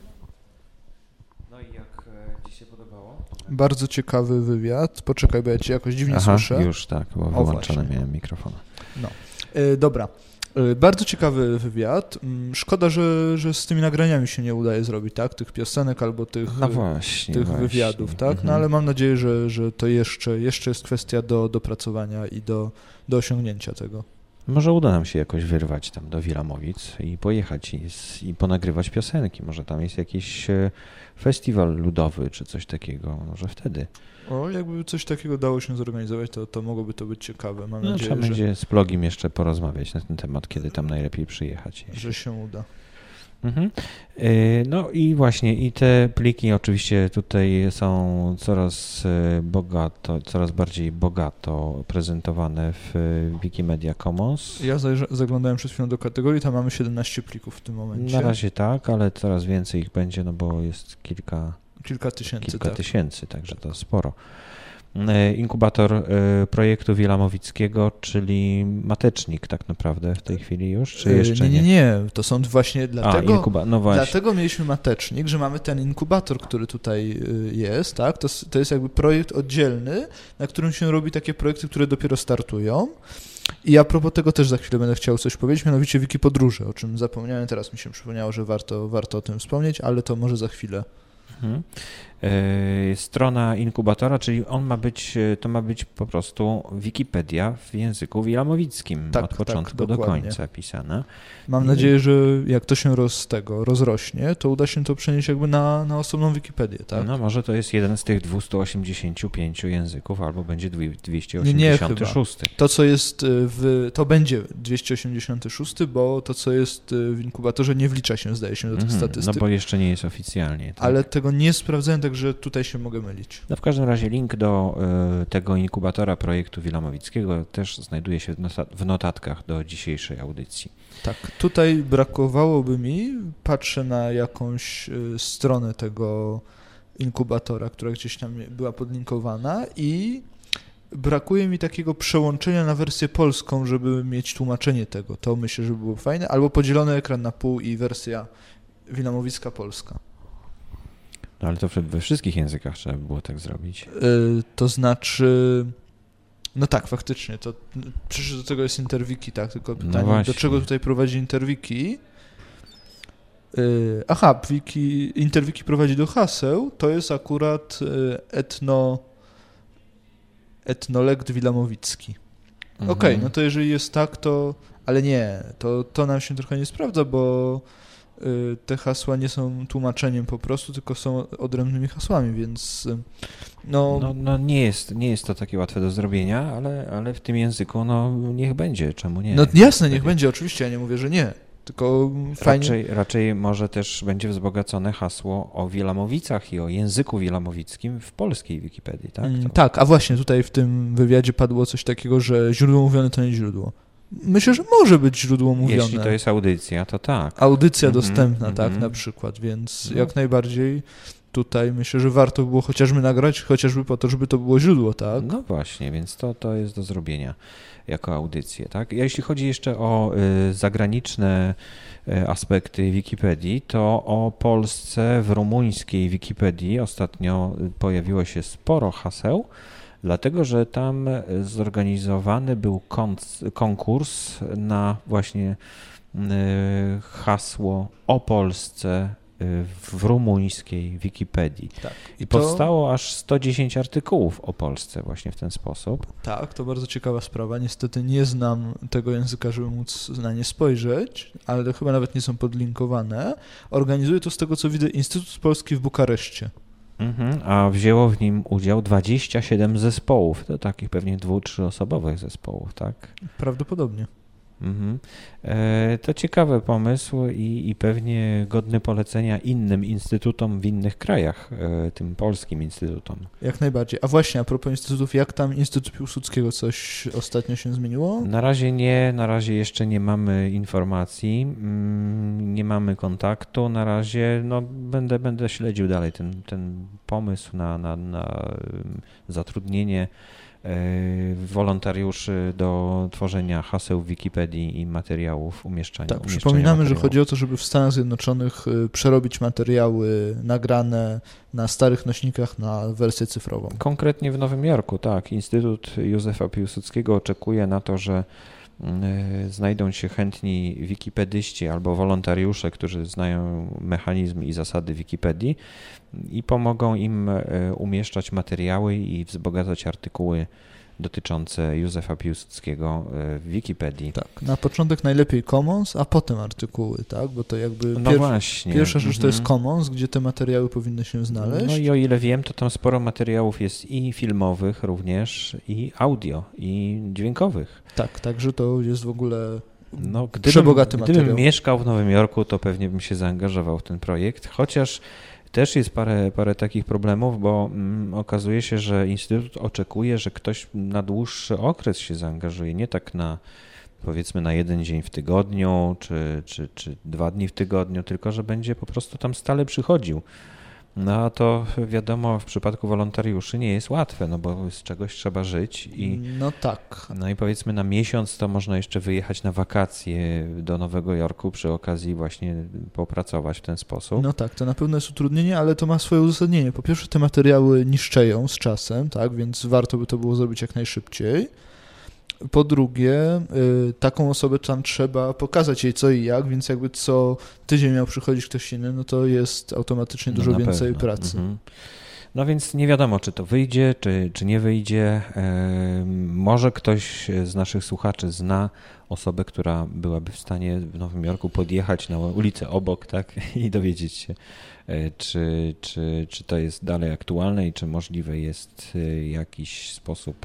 Bardzo ciekawy wywiad. Poczekaj, bo ja Cię jakoś dziwnie słyszę. Już tak, bo wyłączony miałem mikrofon. No. Dobra. Bardzo ciekawy wywiad. Szkoda, że z tymi nagraniami się nie udaje zrobić, tak? Tych piosenek albo tych, tych wywiadów, tak? No ale mam nadzieję, że to jeszcze jest kwestia do dopracowania i do osiągnięcia tego. Może uda nam się jakoś wyrwać tam do Wilamowic i pojechać i ponagrywać piosenki. Może tam jest jakiś festiwal ludowy czy coś takiego. Może wtedy. Jakby coś takiego dało się zorganizować, to mogłoby to być ciekawe. Mam nadzieję, trzeba będzie z Plogim jeszcze porozmawiać na ten temat, kiedy tam najlepiej przyjechać. Że się uda. No i właśnie, i te pliki oczywiście tutaj są coraz bardziej bogato prezentowane w Wikimedia Commons. Ja zaglądałem przed chwilą do kategorii, tam mamy 17 plików w tym momencie. Na razie tak, ale coraz więcej ich będzie, no bo jest kilka tysięcy, także to sporo. Inkubator projektu Wilamowickiego, czyli matecznik tak naprawdę w tej chwili już, czy jeszcze nie? Nie, to są właśnie dlatego, no właśnie. Dlatego mieliśmy matecznik, że mamy ten inkubator, który tutaj jest, tak? To jest jakby projekt oddzielny, na którym się robi takie projekty, które dopiero startują. I a propos tego też za chwilę będę chciał coś powiedzieć, mianowicie Wiki Podróże, o czym zapomniałem, teraz mi się przypomniało, że warto o tym wspomnieć, ale to może za chwilę. Strona inkubatora, czyli to ma być po prostu Wikipedia w języku wilamowickim od początku do końca pisana. Mam nadzieję, że jak to się rozrośnie, to uda się to przenieść jakby na osobną Wikipedię, tak? No może to jest jeden z tych 285 języków, albo będzie 286. Nie, chyba. To, co jest to będzie 286, bo to, co jest w inkubatorze, nie wlicza się, zdaje się, do tych statystyk. No bo jeszcze nie jest oficjalnie. Tak? Ale tego nie sprawdzałem, także tutaj się mogę mylić. No w każdym razie link do tego inkubatora projektu Wilamowickiego też znajduje się w notatkach do dzisiejszej audycji. Tak, tutaj brakowałoby mi, patrzę na jakąś stronę tego inkubatora, która gdzieś tam była podlinkowana i brakuje mi takiego przełączenia na wersję polską, żeby mieć tłumaczenie tego. To myślę, że by było fajne, albo podzielony ekran na pół i wersja wilamowicka polska. No ale to we wszystkich językach trzeba by było tak zrobić. To znaczy... No tak, faktycznie. To przecież do tego jest Interwiki, tak? Tylko pytanie, do czego tutaj prowadzi Interwiki? Interwiki prowadzi do haseł. To jest akurat etnolekt wilamowicki. Okej, no to jeżeli jest tak, to... Ale nie, to nam się trochę nie sprawdza, bo te hasła nie są tłumaczeniem po prostu, tylko są odrębnymi hasłami, więc no nie jest to takie łatwe do zrobienia, ale w tym języku niech będzie, czemu nie? No jasne, niech będzie, oczywiście, ja nie mówię, że nie, tylko fajnie. Raczej może też będzie wzbogacone hasło o Wilamowicach i o języku wilamowickim w polskiej Wikipedii, tak? Tak, a właśnie tutaj w tym wywiadzie padło coś takiego, że źródło mówione to nie źródło. Myślę, że może być źródło mówione. Jeśli to jest audycja, to tak. Audycja dostępna, tak, na przykład, więc jak najbardziej tutaj myślę, że warto było chociażby nagrać, chociażby po to, żeby to było źródło, tak? No właśnie, więc to jest do zrobienia jako audycję, tak? Jeśli chodzi jeszcze o zagraniczne aspekty Wikipedii, to o Polsce w rumuńskiej Wikipedii ostatnio pojawiło się sporo haseł, dlatego że tam zorganizowany był konkurs na właśnie hasło o Polsce w rumuńskiej Wikipedii. Tak. I powstało aż 110 artykułów o Polsce właśnie w ten sposób. Tak, to bardzo ciekawa sprawa. Niestety nie znam tego języka, żeby móc na nie spojrzeć, ale chyba nawet nie są podlinkowane. Organizuje to, z tego co widzę, Instytut Polski w Bukareszcie. A wzięło w nim udział 27 zespołów, to takich pewnie 2-3 osobowych zespołów, tak? Prawdopodobnie. To ciekawy pomysł i pewnie godny polecenia innym instytutom w innych krajach, tym polskim instytutom. Jak najbardziej. A właśnie, a propos instytutów, jak tam Instytut Piłsudskiego coś ostatnio się zmieniło? Na razie nie, na razie jeszcze nie mamy informacji, nie mamy kontaktu, na razie będę śledził dalej ten pomysł na zatrudnienie wolontariuszy do tworzenia haseł w Wikipedii i materiałów umieszczania. Tak, przypominamy, że chodzi o to, żeby w Stanach Zjednoczonych przerobić materiały nagrane na starych nośnikach na wersję cyfrową. Konkretnie w Nowym Jorku, tak. Instytut Józefa Piłsudskiego oczekuje na to, że znajdą się chętni wikipedyści albo wolontariusze, którzy znają mechanizm i zasady Wikipedii i pomogą im umieszczać materiały i wzbogacać artykuły dotyczące Józefa Piłsudskiego w Wikipedii. Tak, na początek najlepiej Commons, a potem artykuły, tak? Bo to jakby właśnie. Pierwsza rzecz to jest Commons, gdzie te materiały powinny się znaleźć. No i o ile wiem, to tam sporo materiałów jest i filmowych również, i audio, i dźwiękowych. Tak, także to jest w ogóle gdybym, przebogaty materiał. Gdybym mieszkał w Nowym Jorku, to pewnie bym się zaangażował w ten projekt, chociaż też jest parę takich problemów, bo okazuje się, że Instytut oczekuje, że ktoś na dłuższy okres się zaangażuje, nie tak powiedzmy na 1 dzień w tygodniu, czy 2 dni w tygodniu, tylko że będzie po prostu tam stale przychodził. No a to wiadomo, w przypadku wolontariuszy nie jest łatwe, no bo z czegoś trzeba żyć i no tak. No i powiedzmy na miesiąc to można jeszcze wyjechać na wakacje do Nowego Jorku przy okazji właśnie popracować w ten sposób. No tak, to na pewno jest utrudnienie, ale to ma swoje uzasadnienie. Po pierwsze te materiały niszczeją z czasem, tak, więc warto by to było zrobić jak najszybciej. Po drugie, taką osobę tam trzeba pokazać jej co i jak, więc jakby co tydzień miał przychodzić ktoś inny, no to jest automatycznie dużo więcej pracy. No więc nie wiadomo, czy to wyjdzie, czy nie wyjdzie. Może ktoś z naszych słuchaczy zna osobę, która byłaby w stanie w Nowym Jorku podjechać na ulicę obok, tak, i dowiedzieć się, czy to jest dalej aktualne i czy możliwy jest jakiś sposób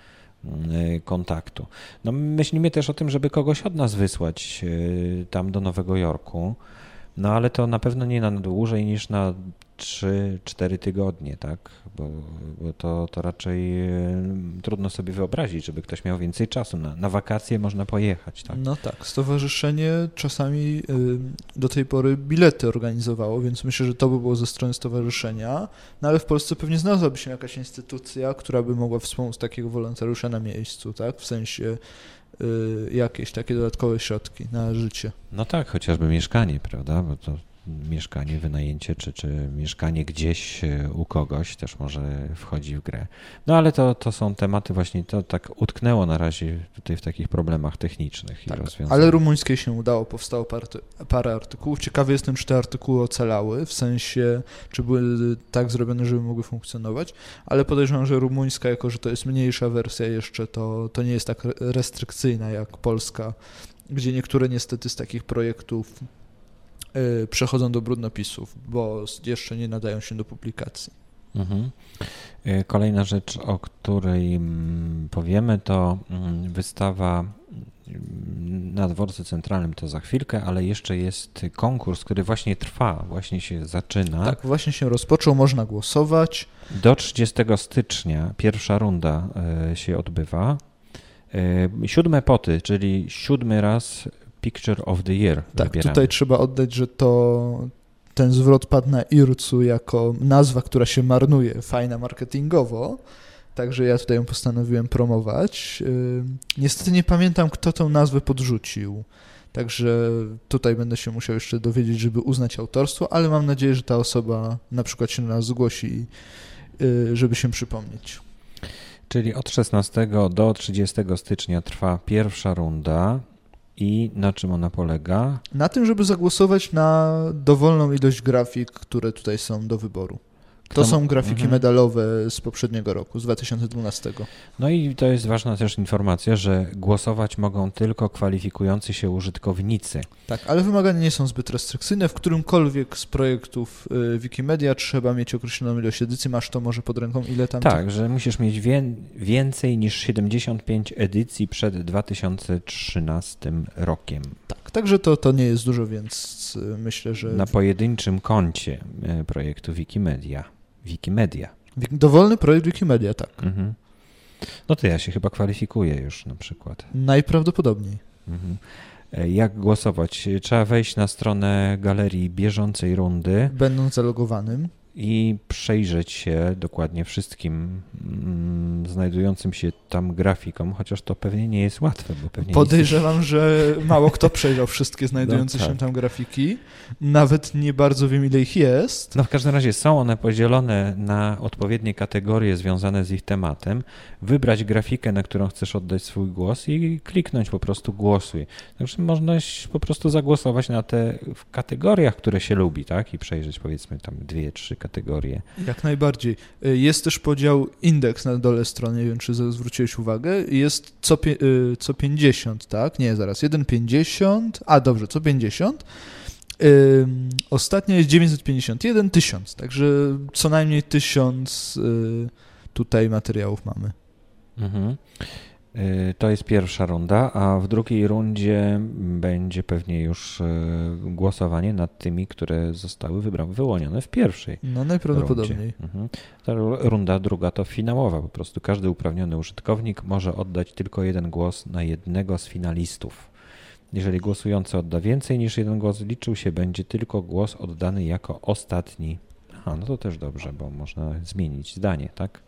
kontaktu. No myślimy też o tym, żeby kogoś od nas wysłać tam do Nowego Jorku, no ale to na pewno nie na dłużej niż na 3-4 tygodnie, tak? Bo to raczej trudno sobie wyobrazić, żeby ktoś miał więcej czasu. Na wakacje można pojechać, tak? No tak, stowarzyszenie czasami do tej pory bilety organizowało, więc myślę, że to by było ze strony stowarzyszenia, no ale w Polsce pewnie znalazłaby się jakaś instytucja, która by mogła wspomóc takiego wolontariusza na miejscu, tak? W sensie jakieś takie dodatkowe środki na życie. No tak, chociażby mieszkanie, prawda? Bo to mieszkanie, wynajęcie, czy mieszkanie gdzieś u kogoś też może wchodzi w grę. No ale to są tematy właśnie, to tak utknęło na razie tutaj w takich problemach technicznych i rozwiązanych. Ale rumuńskiej się udało, powstało parę artykułów. Ciekawy jestem, czy te artykuły ocalały, w sensie, czy były tak zrobione, żeby mogły funkcjonować, ale podejrzewam, że rumuńska, jako że to jest mniejsza wersja jeszcze, to nie jest tak restrykcyjna jak polska, gdzie niektóre niestety z takich projektów przechodzą do brudnopisów, bo jeszcze nie nadają się do publikacji. Kolejna rzecz, o której powiemy, to wystawa na Dworcu Centralnym, to za chwilkę, ale jeszcze jest konkurs, który właśnie trwa, właśnie się zaczyna. Tak, właśnie się rozpoczął, można głosować. Do 30 stycznia pierwsza runda się odbywa. 7 poty, czyli 7 raz Picture of the Year. Tak, wybieramy. Tutaj trzeba oddać, że ten zwrot padł na IRC-u jako nazwa, która się marnuje, fajna marketingowo, także ja tutaj ją postanowiłem promować. Niestety nie pamiętam, kto tę nazwę podrzucił, także tutaj będę się musiał jeszcze dowiedzieć, żeby uznać autorstwo, ale mam nadzieję, że ta osoba na przykład się do nas zgłosi, żeby się przypomnieć. Czyli od 16 do 30 stycznia trwa pierwsza runda. I na czym ona polega? Na tym, żeby zagłosować na dowolną ilość grafik, które tutaj są do wyboru. To są grafiki medalowe z poprzedniego roku, z 2012. No i to jest ważna też informacja, że głosować mogą tylko kwalifikujący się użytkownicy. Tak, ale wymagania nie są zbyt restrykcyjne. W którymkolwiek z projektów Wikimedia trzeba mieć określoną ilość edycji. Masz to może pod ręką, ile tam? Tak, że musisz mieć więcej niż 75 edycji przed 2013 rokiem. Tak, także to nie jest dużo, więc myślę, że... Na pojedynczym koncie projektu Wikimedia. Dowolny projekt Wikimedia, tak. No to ja się chyba kwalifikuję już na przykład. Najprawdopodobniej. Jak głosować? Trzeba wejść na stronę galerii bieżącej rundy. Będąc zalogowanym. i przejrzeć się dokładnie wszystkim znajdującym się tam grafikom, chociaż to pewnie nie jest łatwe, bo pewnie Podejrzewam, że mało kto przejrzał wszystkie znajdujące się tam grafiki. Nawet nie bardzo wiem, ile ich jest. No w każdym razie są one podzielone na odpowiednie kategorie związane z ich tematem, wybrać grafikę, na którą chcesz oddać swój głos i kliknąć po prostu głosuj. Także można po prostu zagłosować na te w kategoriach, które się lubi, tak? I przejrzeć powiedzmy tam 2-3 kategorie. Jak najbardziej. Jest też podział indeks na dole strony, nie wiem, czy zwróciłeś uwagę. Jest co 50, tak? Nie, zaraz, 1,50, dobrze, co 50. Ostatnio jest 951, 1000, także co najmniej 1000 tutaj materiałów mamy. Mhm. To jest pierwsza runda, a w drugiej rundzie będzie pewnie już głosowanie nad tymi, które zostały wyłonione w pierwszej. No najprawdopodobniej. Ta runda druga to finałowa, po prostu każdy uprawniony użytkownik może oddać tylko jeden głos na jednego z finalistów. Jeżeli głosujący odda więcej niż jeden głos, liczył się będzie tylko głos oddany jako ostatni. No to też dobrze, bo można zmienić zdanie, tak?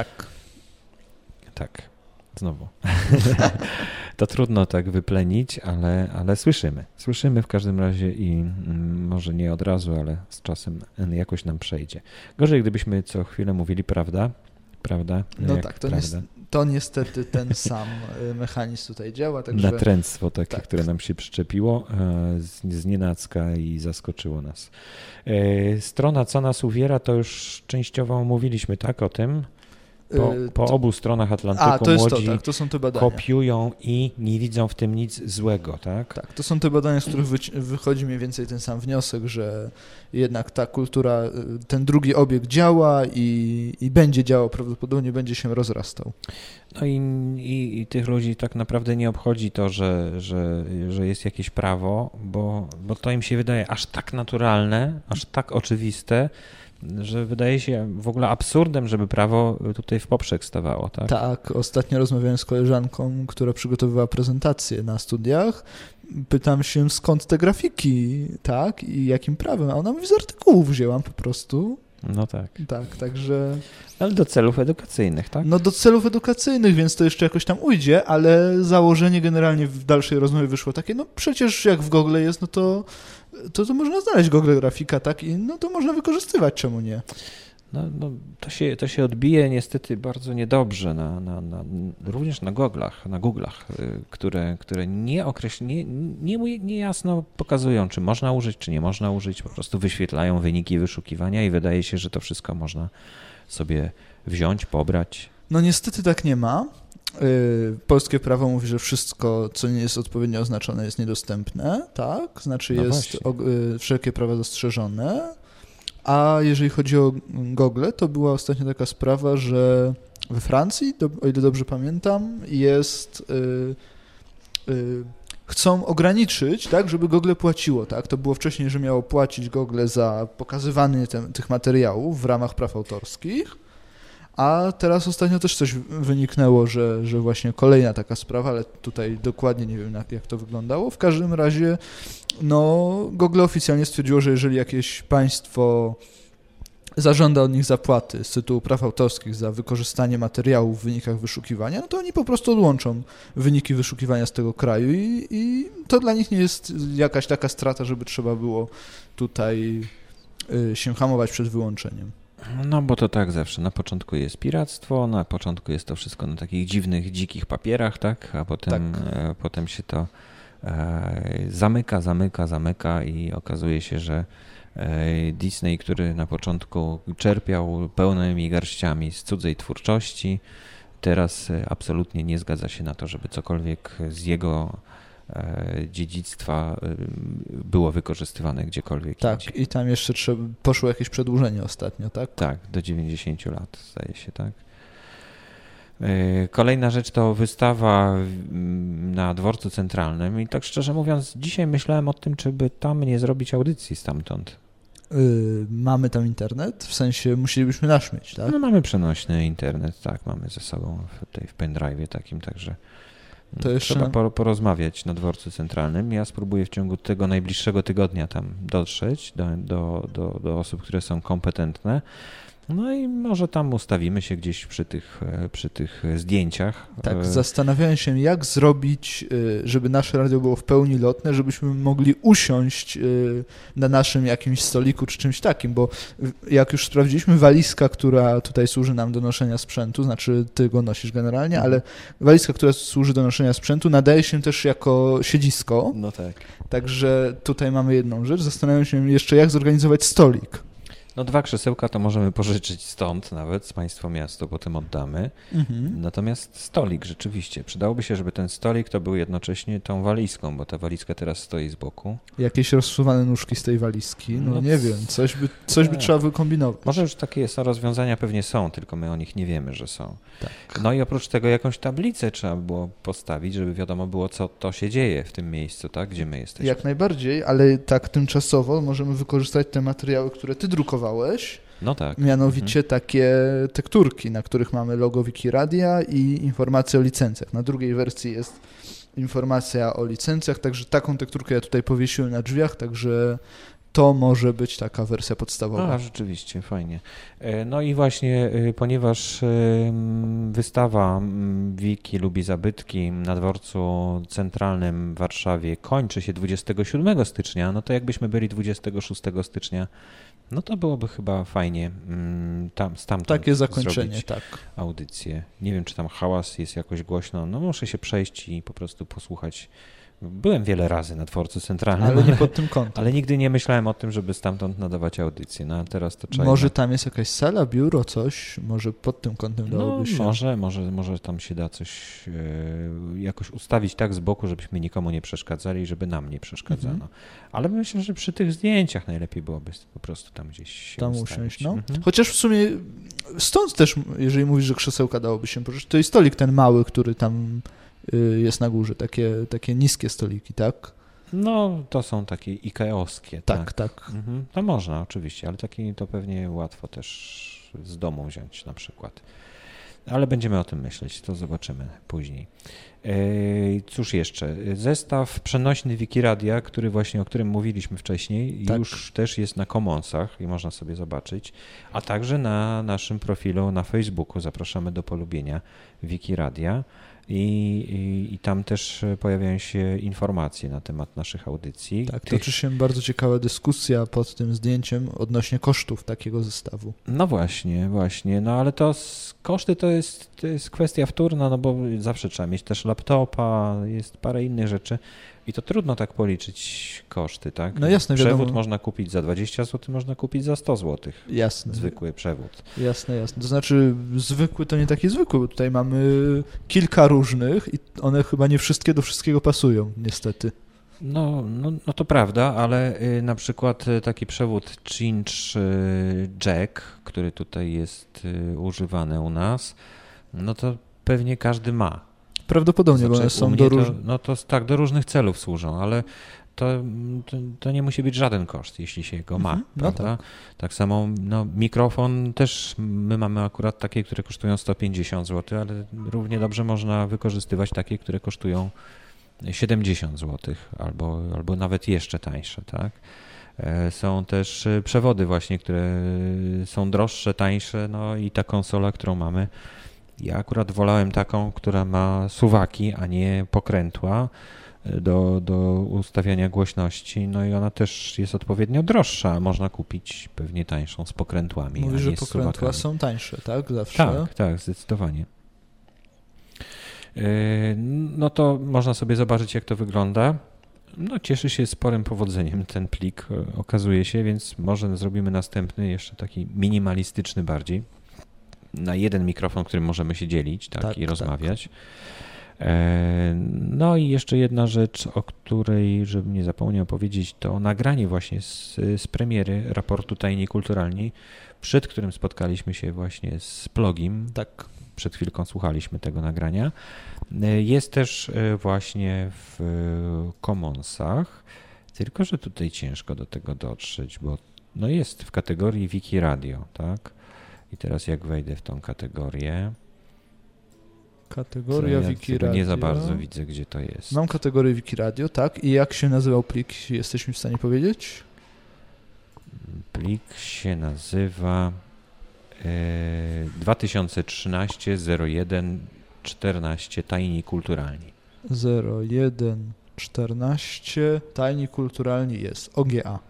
Tak. Znowu. To trudno tak wyplenić, ale słyszymy. Słyszymy w każdym razie i może nie od razu, ale z czasem jakoś nam przejdzie. Gorzej, gdybyśmy co chwilę mówili prawda? No tak, to niestety ten sam mechanizm tutaj działa. Także... Natręctwo takie, które nam się przyczepiło z nienacka i zaskoczyło nas. Strona Co nas uwiera, to już częściowo mówiliśmy, tak, o tym. Po obu stronach Atlantyku młodzi to są te badania. Kopiują i nie widzą w tym nic złego, tak? Tak, to są te badania, z których wychodzi mniej więcej ten sam wniosek, że jednak ta kultura, ten drugi obieg działa i będzie działał, prawdopodobnie będzie się rozrastał. No i tych ludzi tak naprawdę nie obchodzi to, że jest jakieś prawo, bo to im się wydaje aż tak naturalne, aż tak oczywiste, że wydaje się w ogóle absurdem, żeby prawo tutaj w poprzek stawało, tak? Tak, ostatnio rozmawiałem z koleżanką, która przygotowywała prezentację na studiach. Pytam się, skąd te grafiki, tak? I jakim prawem? A ona mówi, z artykułów wzięłam po prostu. No tak. Tak, także... Ale do celów edukacyjnych, tak? No do celów edukacyjnych, więc to jeszcze jakoś tam ujdzie, ale założenie generalnie w dalszej rozmowie wyszło takie, no przecież jak w Google jest, no to można znaleźć Google grafika, tak? I no to można wykorzystywać, czemu nie? No to się odbije niestety bardzo niedobrze również na Google'ach, które nie jasno pokazują, czy można użyć, czy nie można użyć, po prostu wyświetlają wyniki wyszukiwania i wydaje się, że to wszystko można sobie wziąć, pobrać. No niestety tak nie ma. Polskie prawo mówi, że wszystko, co nie jest odpowiednio oznaczone, jest niedostępne, tak? Znaczy jest wszelkie prawa zastrzeżone. A jeżeli chodzi o Google, to była ostatnio taka sprawa, że we Francji, o ile dobrze pamiętam, chcą ograniczyć, tak, żeby Google płaciło, tak? To było wcześniej, że miało płacić Google za pokazywanie tych materiałów w ramach praw autorskich, a teraz ostatnio też coś wyniknęło, że właśnie kolejna taka sprawa, ale tutaj dokładnie nie wiem, jak to wyglądało. W każdym razie Google oficjalnie stwierdziło, że jeżeli jakieś państwo zażąda od nich zapłaty z tytułu praw autorskich za wykorzystanie materiałów w wynikach wyszukiwania, no to oni po prostu odłączą wyniki wyszukiwania z tego kraju i to dla nich nie jest jakaś taka strata, żeby trzeba było tutaj się hamować przed wyłączeniem. No bo to tak zawsze. Na początku jest piractwo, na początku jest to wszystko na takich dziwnych, dzikich papierach, tak? A potem się to zamyka i okazuje się, że Disney, który na początku czerpiał pełnymi garściami z cudzej twórczości, teraz absolutnie nie zgadza się na to, żeby cokolwiek z jego dziedzictwa było wykorzystywane gdziekolwiek. Tak, indziej. I tam jeszcze poszło jakieś przedłużenie ostatnio, tak? Tak, do 90 lat zdaje się, tak. Kolejna rzecz to wystawa na Dworcu Centralnym i tak szczerze mówiąc dzisiaj myślałem o tym, czy by tam nie zrobić audycji stamtąd. Mamy tam internet? W sensie musielibyśmy nasz mieć, tak? No mamy przenośny internet, tak, mamy ze sobą tutaj w pendrive'ie takim, także To jeszcze... Trzeba porozmawiać na dworcu centralnym. Ja spróbuję w ciągu tego najbliższego tygodnia tam dotrzeć do osób, które są kompetentne. No i może tam ustawimy się gdzieś przy tych zdjęciach. Tak, zastanawiałem się, jak zrobić, żeby nasze radio było w pełni lotne, żebyśmy mogli usiąść na naszym jakimś stoliku czy czymś takim, bo jak już sprawdziliśmy, walizka, która tutaj służy nam do noszenia sprzętu, znaczy ty go nosisz generalnie, ale walizka, która służy do noszenia sprzętu, nadaje się też jako siedzisko. No tak. Także tutaj mamy jedną rzecz. Zastanawiam się jeszcze, jak zorganizować stolik. No 2 krzesełka to możemy pożyczyć stąd nawet, z Państwa miasta, potem oddamy. Natomiast stolik rzeczywiście, przydałoby się, żeby ten stolik to był jednocześnie tą walizką, bo ta walizka teraz stoi z boku. Jakieś rozsuwane nóżki z tej walizki, no nie wiem, coś by trzeba wykombinować. Może już takie rozwiązania pewnie są, tylko my o nich nie wiemy, że są. Tak. No i oprócz tego jakąś tablicę trzeba było postawić, żeby wiadomo było, co to się dzieje w tym miejscu, tak, gdzie my jesteśmy. Jak najbardziej, ale tak tymczasowo możemy wykorzystać te materiały, które ty drukowałeś. No tak. Mianowicie takie tekturki, na których mamy logo Wikiradia i informacje o licencjach. Na drugiej wersji jest informacja o licencjach, także taką tekturkę ja tutaj powiesiłem na drzwiach, także to może być taka wersja podstawowa. A, rzeczywiście, fajnie. No i właśnie, ponieważ wystawa Wiki lubi zabytki na dworcu centralnym w Warszawie kończy się 27 stycznia, no to jakbyśmy byli 26 stycznia, no to byłoby chyba fajnie stamtąd takie zakończenie, zrobić tak. audycję. Nie wiem, czy tam hałas jest jakoś głośno, no muszę się przejść i po prostu posłuchać. Byłem wiele razy na dworcu centralnym, ale nie pod tym kątem. Ale nigdy nie myślałem o tym, żeby stamtąd nadawać audycję. No a teraz to trzeba. Może tam jest jakaś sala, biuro, coś? Może pod tym kątem dałoby się? Może tam się da coś jakoś ustawić tak z boku, żebyśmy nikomu nie przeszkadzali, żeby nam nie przeszkadzano. Ale myślę, że przy tych zdjęciach najlepiej byłoby po prostu tam gdzieś się tam ustawić. usiąść, no. Chociaż w sumie stąd też, jeżeli mówisz, że krzesełka dałoby się pożyczyć, to jest stolik ten mały, który tam jest na górze, takie niskie stoliki, tak? No, to są takie ikeowskie. Tak. To można oczywiście, ale taki to pewnie łatwo też z domu wziąć na przykład. Ale będziemy o tym myśleć, to zobaczymy później. Cóż jeszcze? Zestaw przenośny Wikiradia, o którym mówiliśmy wcześniej, już też jest na Commonsach i można sobie zobaczyć, a także na naszym profilu na Facebooku. Zapraszamy do polubienia Wikiradia. I tam też pojawiają się informacje na temat naszych audycji. Tak, toczy się bardzo ciekawa dyskusja pod tym zdjęciem odnośnie kosztów takiego zestawu. No właśnie, no ale koszty to jest kwestia wtórna, no bo zawsze trzeba mieć też laptopa, jest parę innych rzeczy i to trudno tak policzyć koszty, tak? No jasne, Przewód wiadomo. można kupić za 20 zł, można kupić za 100 zł. Jasne. Zwykły przewód. Jasne. To znaczy zwykły to nie taki zwykły, bo tutaj mamy kilka różnych i one chyba nie wszystkie do wszystkiego pasują, niestety. No to prawda, ale na przykład taki przewód Cinch Jack, który tutaj jest używany u nas, no to pewnie każdy ma. Prawdopodobnie, bo one są do różnych. No to tak, do różnych celów służą, ale to nie musi być żaden koszt, jeśli się go ma, prawda? No Tak samo mikrofon też, my mamy akurat takie, które kosztują 150 zł, ale równie dobrze można wykorzystywać takie, które kosztują 70 zł albo nawet jeszcze tańsze, tak? Są też przewody właśnie, które są droższe, tańsze, no i ta konsola, którą mamy. Ja akurat wolałem taką, która ma suwaki, a nie pokrętła do ustawiania głośności, no i ona też jest odpowiednio droższa. Można kupić pewnie tańszą z pokrętłami. Mówisz, że pokrętła są tańsze, tak? Zawsze? Tak, zdecydowanie. No to można sobie zobaczyć, jak to wygląda. No cieszy się sporym powodzeniem ten plik, okazuje się, więc może zrobimy następny, jeszcze taki minimalistyczny bardziej. Na jeden mikrofon, którym możemy się dzielić i rozmawiać. No i jeszcze jedna rzecz, o której, żebym nie zapomniał powiedzieć, to nagranie właśnie z premiery raportu Tajni Kulturalni, przed którym spotkaliśmy się właśnie z Plogim. Tak. Przed chwilką słuchaliśmy tego nagrania. Jest też właśnie w Commonsach, tylko że tutaj ciężko do tego dotrzeć, bo no jest w kategorii Wiki Radio, tak? I teraz jak wejdę w tą kategorię, Kategoria ja Wikiradio. nie za bardzo widzę, gdzie to jest. Mam kategorię Wikiradio, tak. I jak się nazywał plik? Jesteś mi w stanie powiedzieć? Plik się nazywa 2013-01-14 Tajni Kulturalni. 0114 Tajni Kulturalni jest. OGA.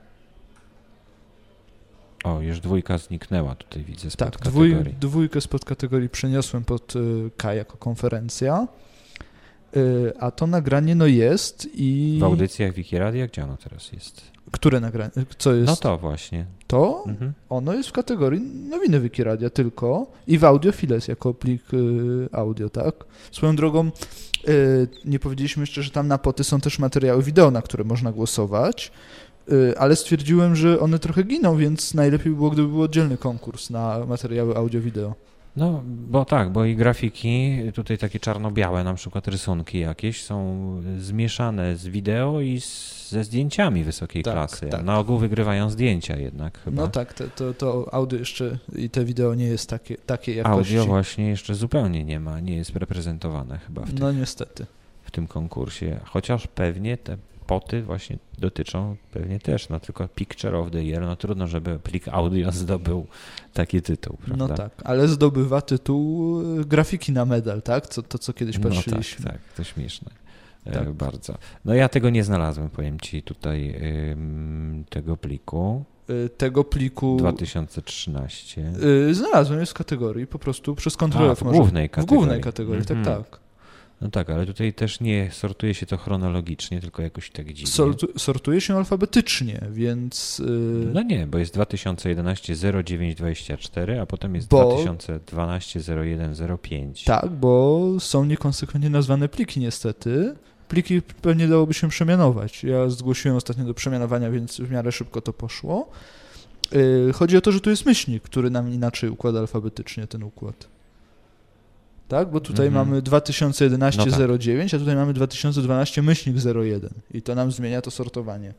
O, już 2 zniknęła tutaj, widzę, spod Tak, kategorii. 2 spod kategorii przeniosłem pod K jako konferencja, a to nagranie jest i... W audycjach Wikiradia, gdzie ono teraz jest? Które nagranie? Co jest? No to właśnie. To? Mhm. Ono jest w kategorii nowiny Wikiradia tylko i w Audiofiles jako plik audio, tak? Swoją drogą nie powiedzieliśmy jeszcze, że tam na poty są też materiały wideo, na które można głosować, ale stwierdziłem, że one trochę giną, więc najlepiej by było, gdyby był oddzielny konkurs na materiały audio-wideo. No, bo i grafiki, tutaj takie czarno-białe, na przykład rysunki jakieś, są zmieszane z wideo i ze zdjęciami wysokiej klasy. Tak. Na ogół wygrywają zdjęcia jednak chyba. No tak, to audio jeszcze i te wideo nie jest takiej jakości. Audio właśnie jeszcze zupełnie nie jest reprezentowane chyba No niestety. w tym konkursie, chociaż pewnie te poty właśnie dotyczą pewnie też, no tylko Picture of the Year, no trudno, żeby plik audio zdobył taki tytuł, prawda? No tak, ale zdobywa tytuł grafiki na medal, tak? Co kiedyś patrzyliśmy. No tak, to śmieszne. Tak. Bardzo. No ja tego nie znalazłem, powiem ci tutaj, tego pliku. Tego pliku... 2013. Znalazłem, jest w kategorii, po prostu przez kontrolę. W głównej kategorii. W głównej kategorii, tak. No tak, ale tutaj też nie sortuje się to chronologicznie, tylko jakoś tak dziwnie. Sortuje się alfabetycznie, więc... No nie, bo jest 2011 0924, a potem jest 2012 0105. Tak, bo są niekonsekwentnie nazwane pliki niestety. Pliki pewnie dałoby się przemianować. Ja zgłosiłem ostatnio do przemianowania, więc w miarę szybko to poszło. Chodzi o to, że tu jest myślnik, który nam inaczej układa alfabetycznie ten układ. Tak, bo tutaj mamy 2011-09, a tutaj mamy 2012-01 i to nam zmienia to sortowanie.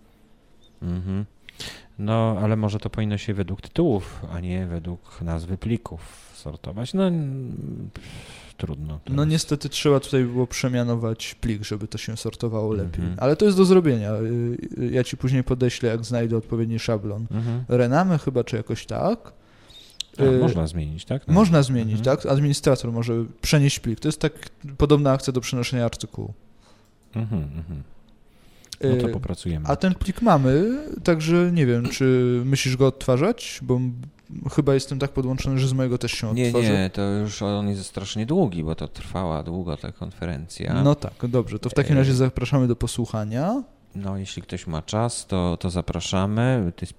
No, ale może to powinno się według tytułów, a nie według nazwy plików sortować. No, trudno. No niestety trzeba tutaj było przemianować plik, żeby to się sortowało lepiej. Ale to jest do zrobienia. Ja ci później podeślę, jak znajdę odpowiedni szablon. Renamy chyba, czy jakoś tak. Można zmienić, tak? No. Można zmienić, tak? Administrator może przenieść plik. To jest tak podobna akcja do przenoszenia artykułu. No to popracujemy. A ten plik mamy, także nie wiem, czy myślisz go odtwarzać? Bo chyba jestem tak podłączony, że z mojego też się odtworzy. Nie, to już on jest strasznie długi, bo to trwała długo ta konferencja. No tak, dobrze. To w takim razie zapraszamy do posłuchania. No, jeśli ktoś ma czas, to zapraszamy. To jest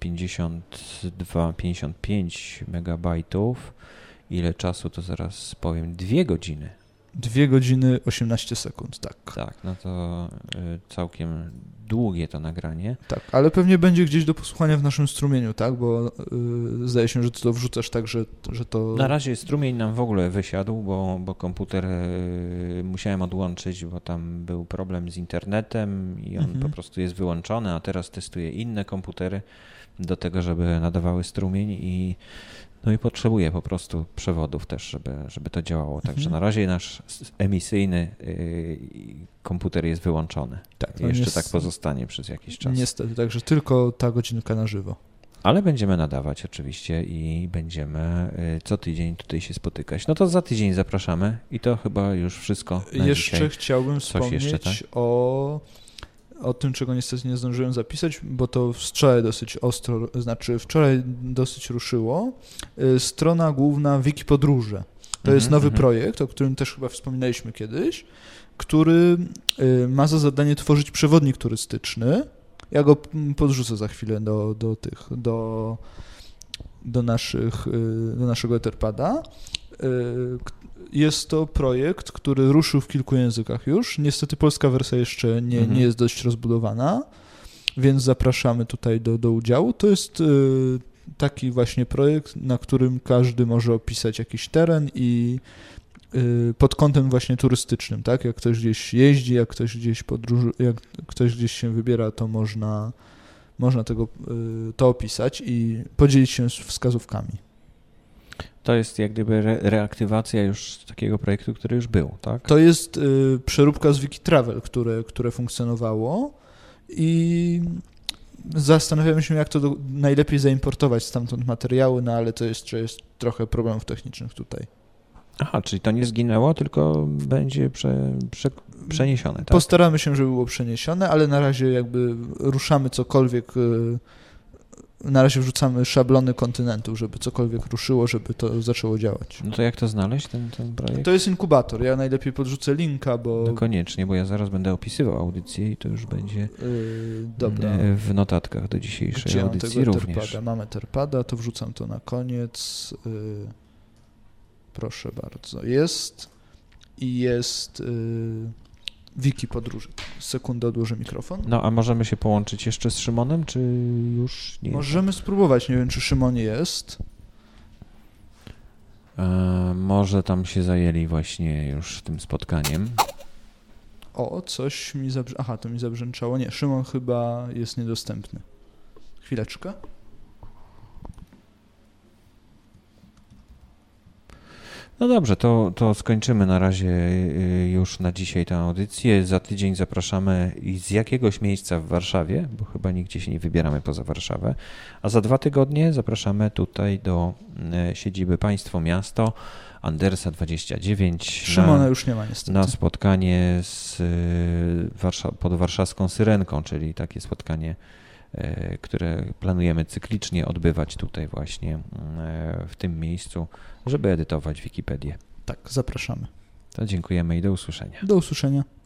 55 megabajtów. Ile czasu, to zaraz powiem. 2 godziny. 2 godziny 18 sekund, tak. Tak, no to całkiem długie to nagranie. Tak, ale pewnie będzie gdzieś do posłuchania w naszym strumieniu, tak? Bo zdaje się, że ty to wrzucasz tak, że to... Na razie strumień nam w ogóle wysiadł, bo komputer musiałem odłączyć, bo tam był problem z internetem i on po prostu jest wyłączony, a teraz testuję inne komputery do tego, żeby nadawały strumień i potrzebuję po prostu przewodów też, żeby to działało. Także na razie nasz emisyjny komputer jest wyłączony. Tak, i jeszcze tak pozostanie przez jakiś czas. Niestety, także tylko ta godzinka na żywo. Ale będziemy nadawać oczywiście i będziemy co tydzień tutaj się spotykać. No to za tydzień zapraszamy i to chyba już wszystko na Jeszcze dzisiaj. chciałbym wspomnieć jeszcze, tak? o tym, czego niestety nie zdążyłem zapisać, bo to wczoraj dosyć ostro, wczoraj dosyć ruszyło. Strona główna Wikipodróże. To jest nowy projekt, o którym też chyba wspominaliśmy kiedyś, który ma za zadanie tworzyć przewodnik turystyczny. Ja go podrzucę za chwilę do naszego Etherpada. Jest to projekt, który ruszył w kilku językach już. Niestety polska wersja jeszcze nie jest dość rozbudowana, więc zapraszamy tutaj do udziału. To jest taki właśnie projekt, na którym każdy może opisać jakiś teren i pod kątem właśnie turystycznym, tak? Jak ktoś gdzieś jeździ, jak ktoś gdzieś jak ktoś gdzieś się wybiera, to można to opisać i podzielić się wskazówkami. To jest jak gdyby reaktywacja już takiego projektu, który już był, tak? To jest przeróbka z Wikitravel, które funkcjonowało i zastanawiamy się, jak to najlepiej zaimportować stamtąd materiały, no ale to jeszcze jest trochę problemów technicznych tutaj. Aha, czyli to nie zginęło, tylko będzie przeniesione, tak? Postaramy się, żeby było przeniesione, ale na razie jakby ruszamy cokolwiek, na razie wrzucamy szablony kontynentów, żeby cokolwiek ruszyło, żeby to zaczęło działać. No to jak to znaleźć, ten projekt? To jest inkubator, ja najlepiej podrzucę linka, bo... No koniecznie, bo ja zaraz będę opisywał audycję i to już będzie dobra. w notatkach do dzisiejszej Gdzie audycji również. Terpada? Mamy Terpada, to wrzucam to na koniec. Proszę bardzo. Jest wiki podróży. Sekundę odłożę mikrofon. No, a możemy się połączyć jeszcze z Szymonem, czy już nie? Możemy spróbować. Nie wiem, czy Szymon jest. Może tam się zajęli właśnie już tym spotkaniem. O, coś mi Aha, to mi zabrzęczało. Nie, Szymon chyba jest niedostępny. Chwileczkę. No dobrze, to skończymy na razie już na dzisiaj tę audycję. Za tydzień zapraszamy z jakiegoś miejsca w Warszawie, bo chyba nigdzie się nie wybieramy poza Warszawę, a za 2 tygodnie zapraszamy tutaj do siedziby Państwo Miasto Andersa 29. Szymona już nie ma niestety. Na spotkanie pod warszawską Syrenką, czyli takie spotkanie, które planujemy cyklicznie odbywać tutaj właśnie w tym miejscu, żeby edytować Wikipedię. Tak, zapraszamy. To dziękujemy i do usłyszenia. Do usłyszenia.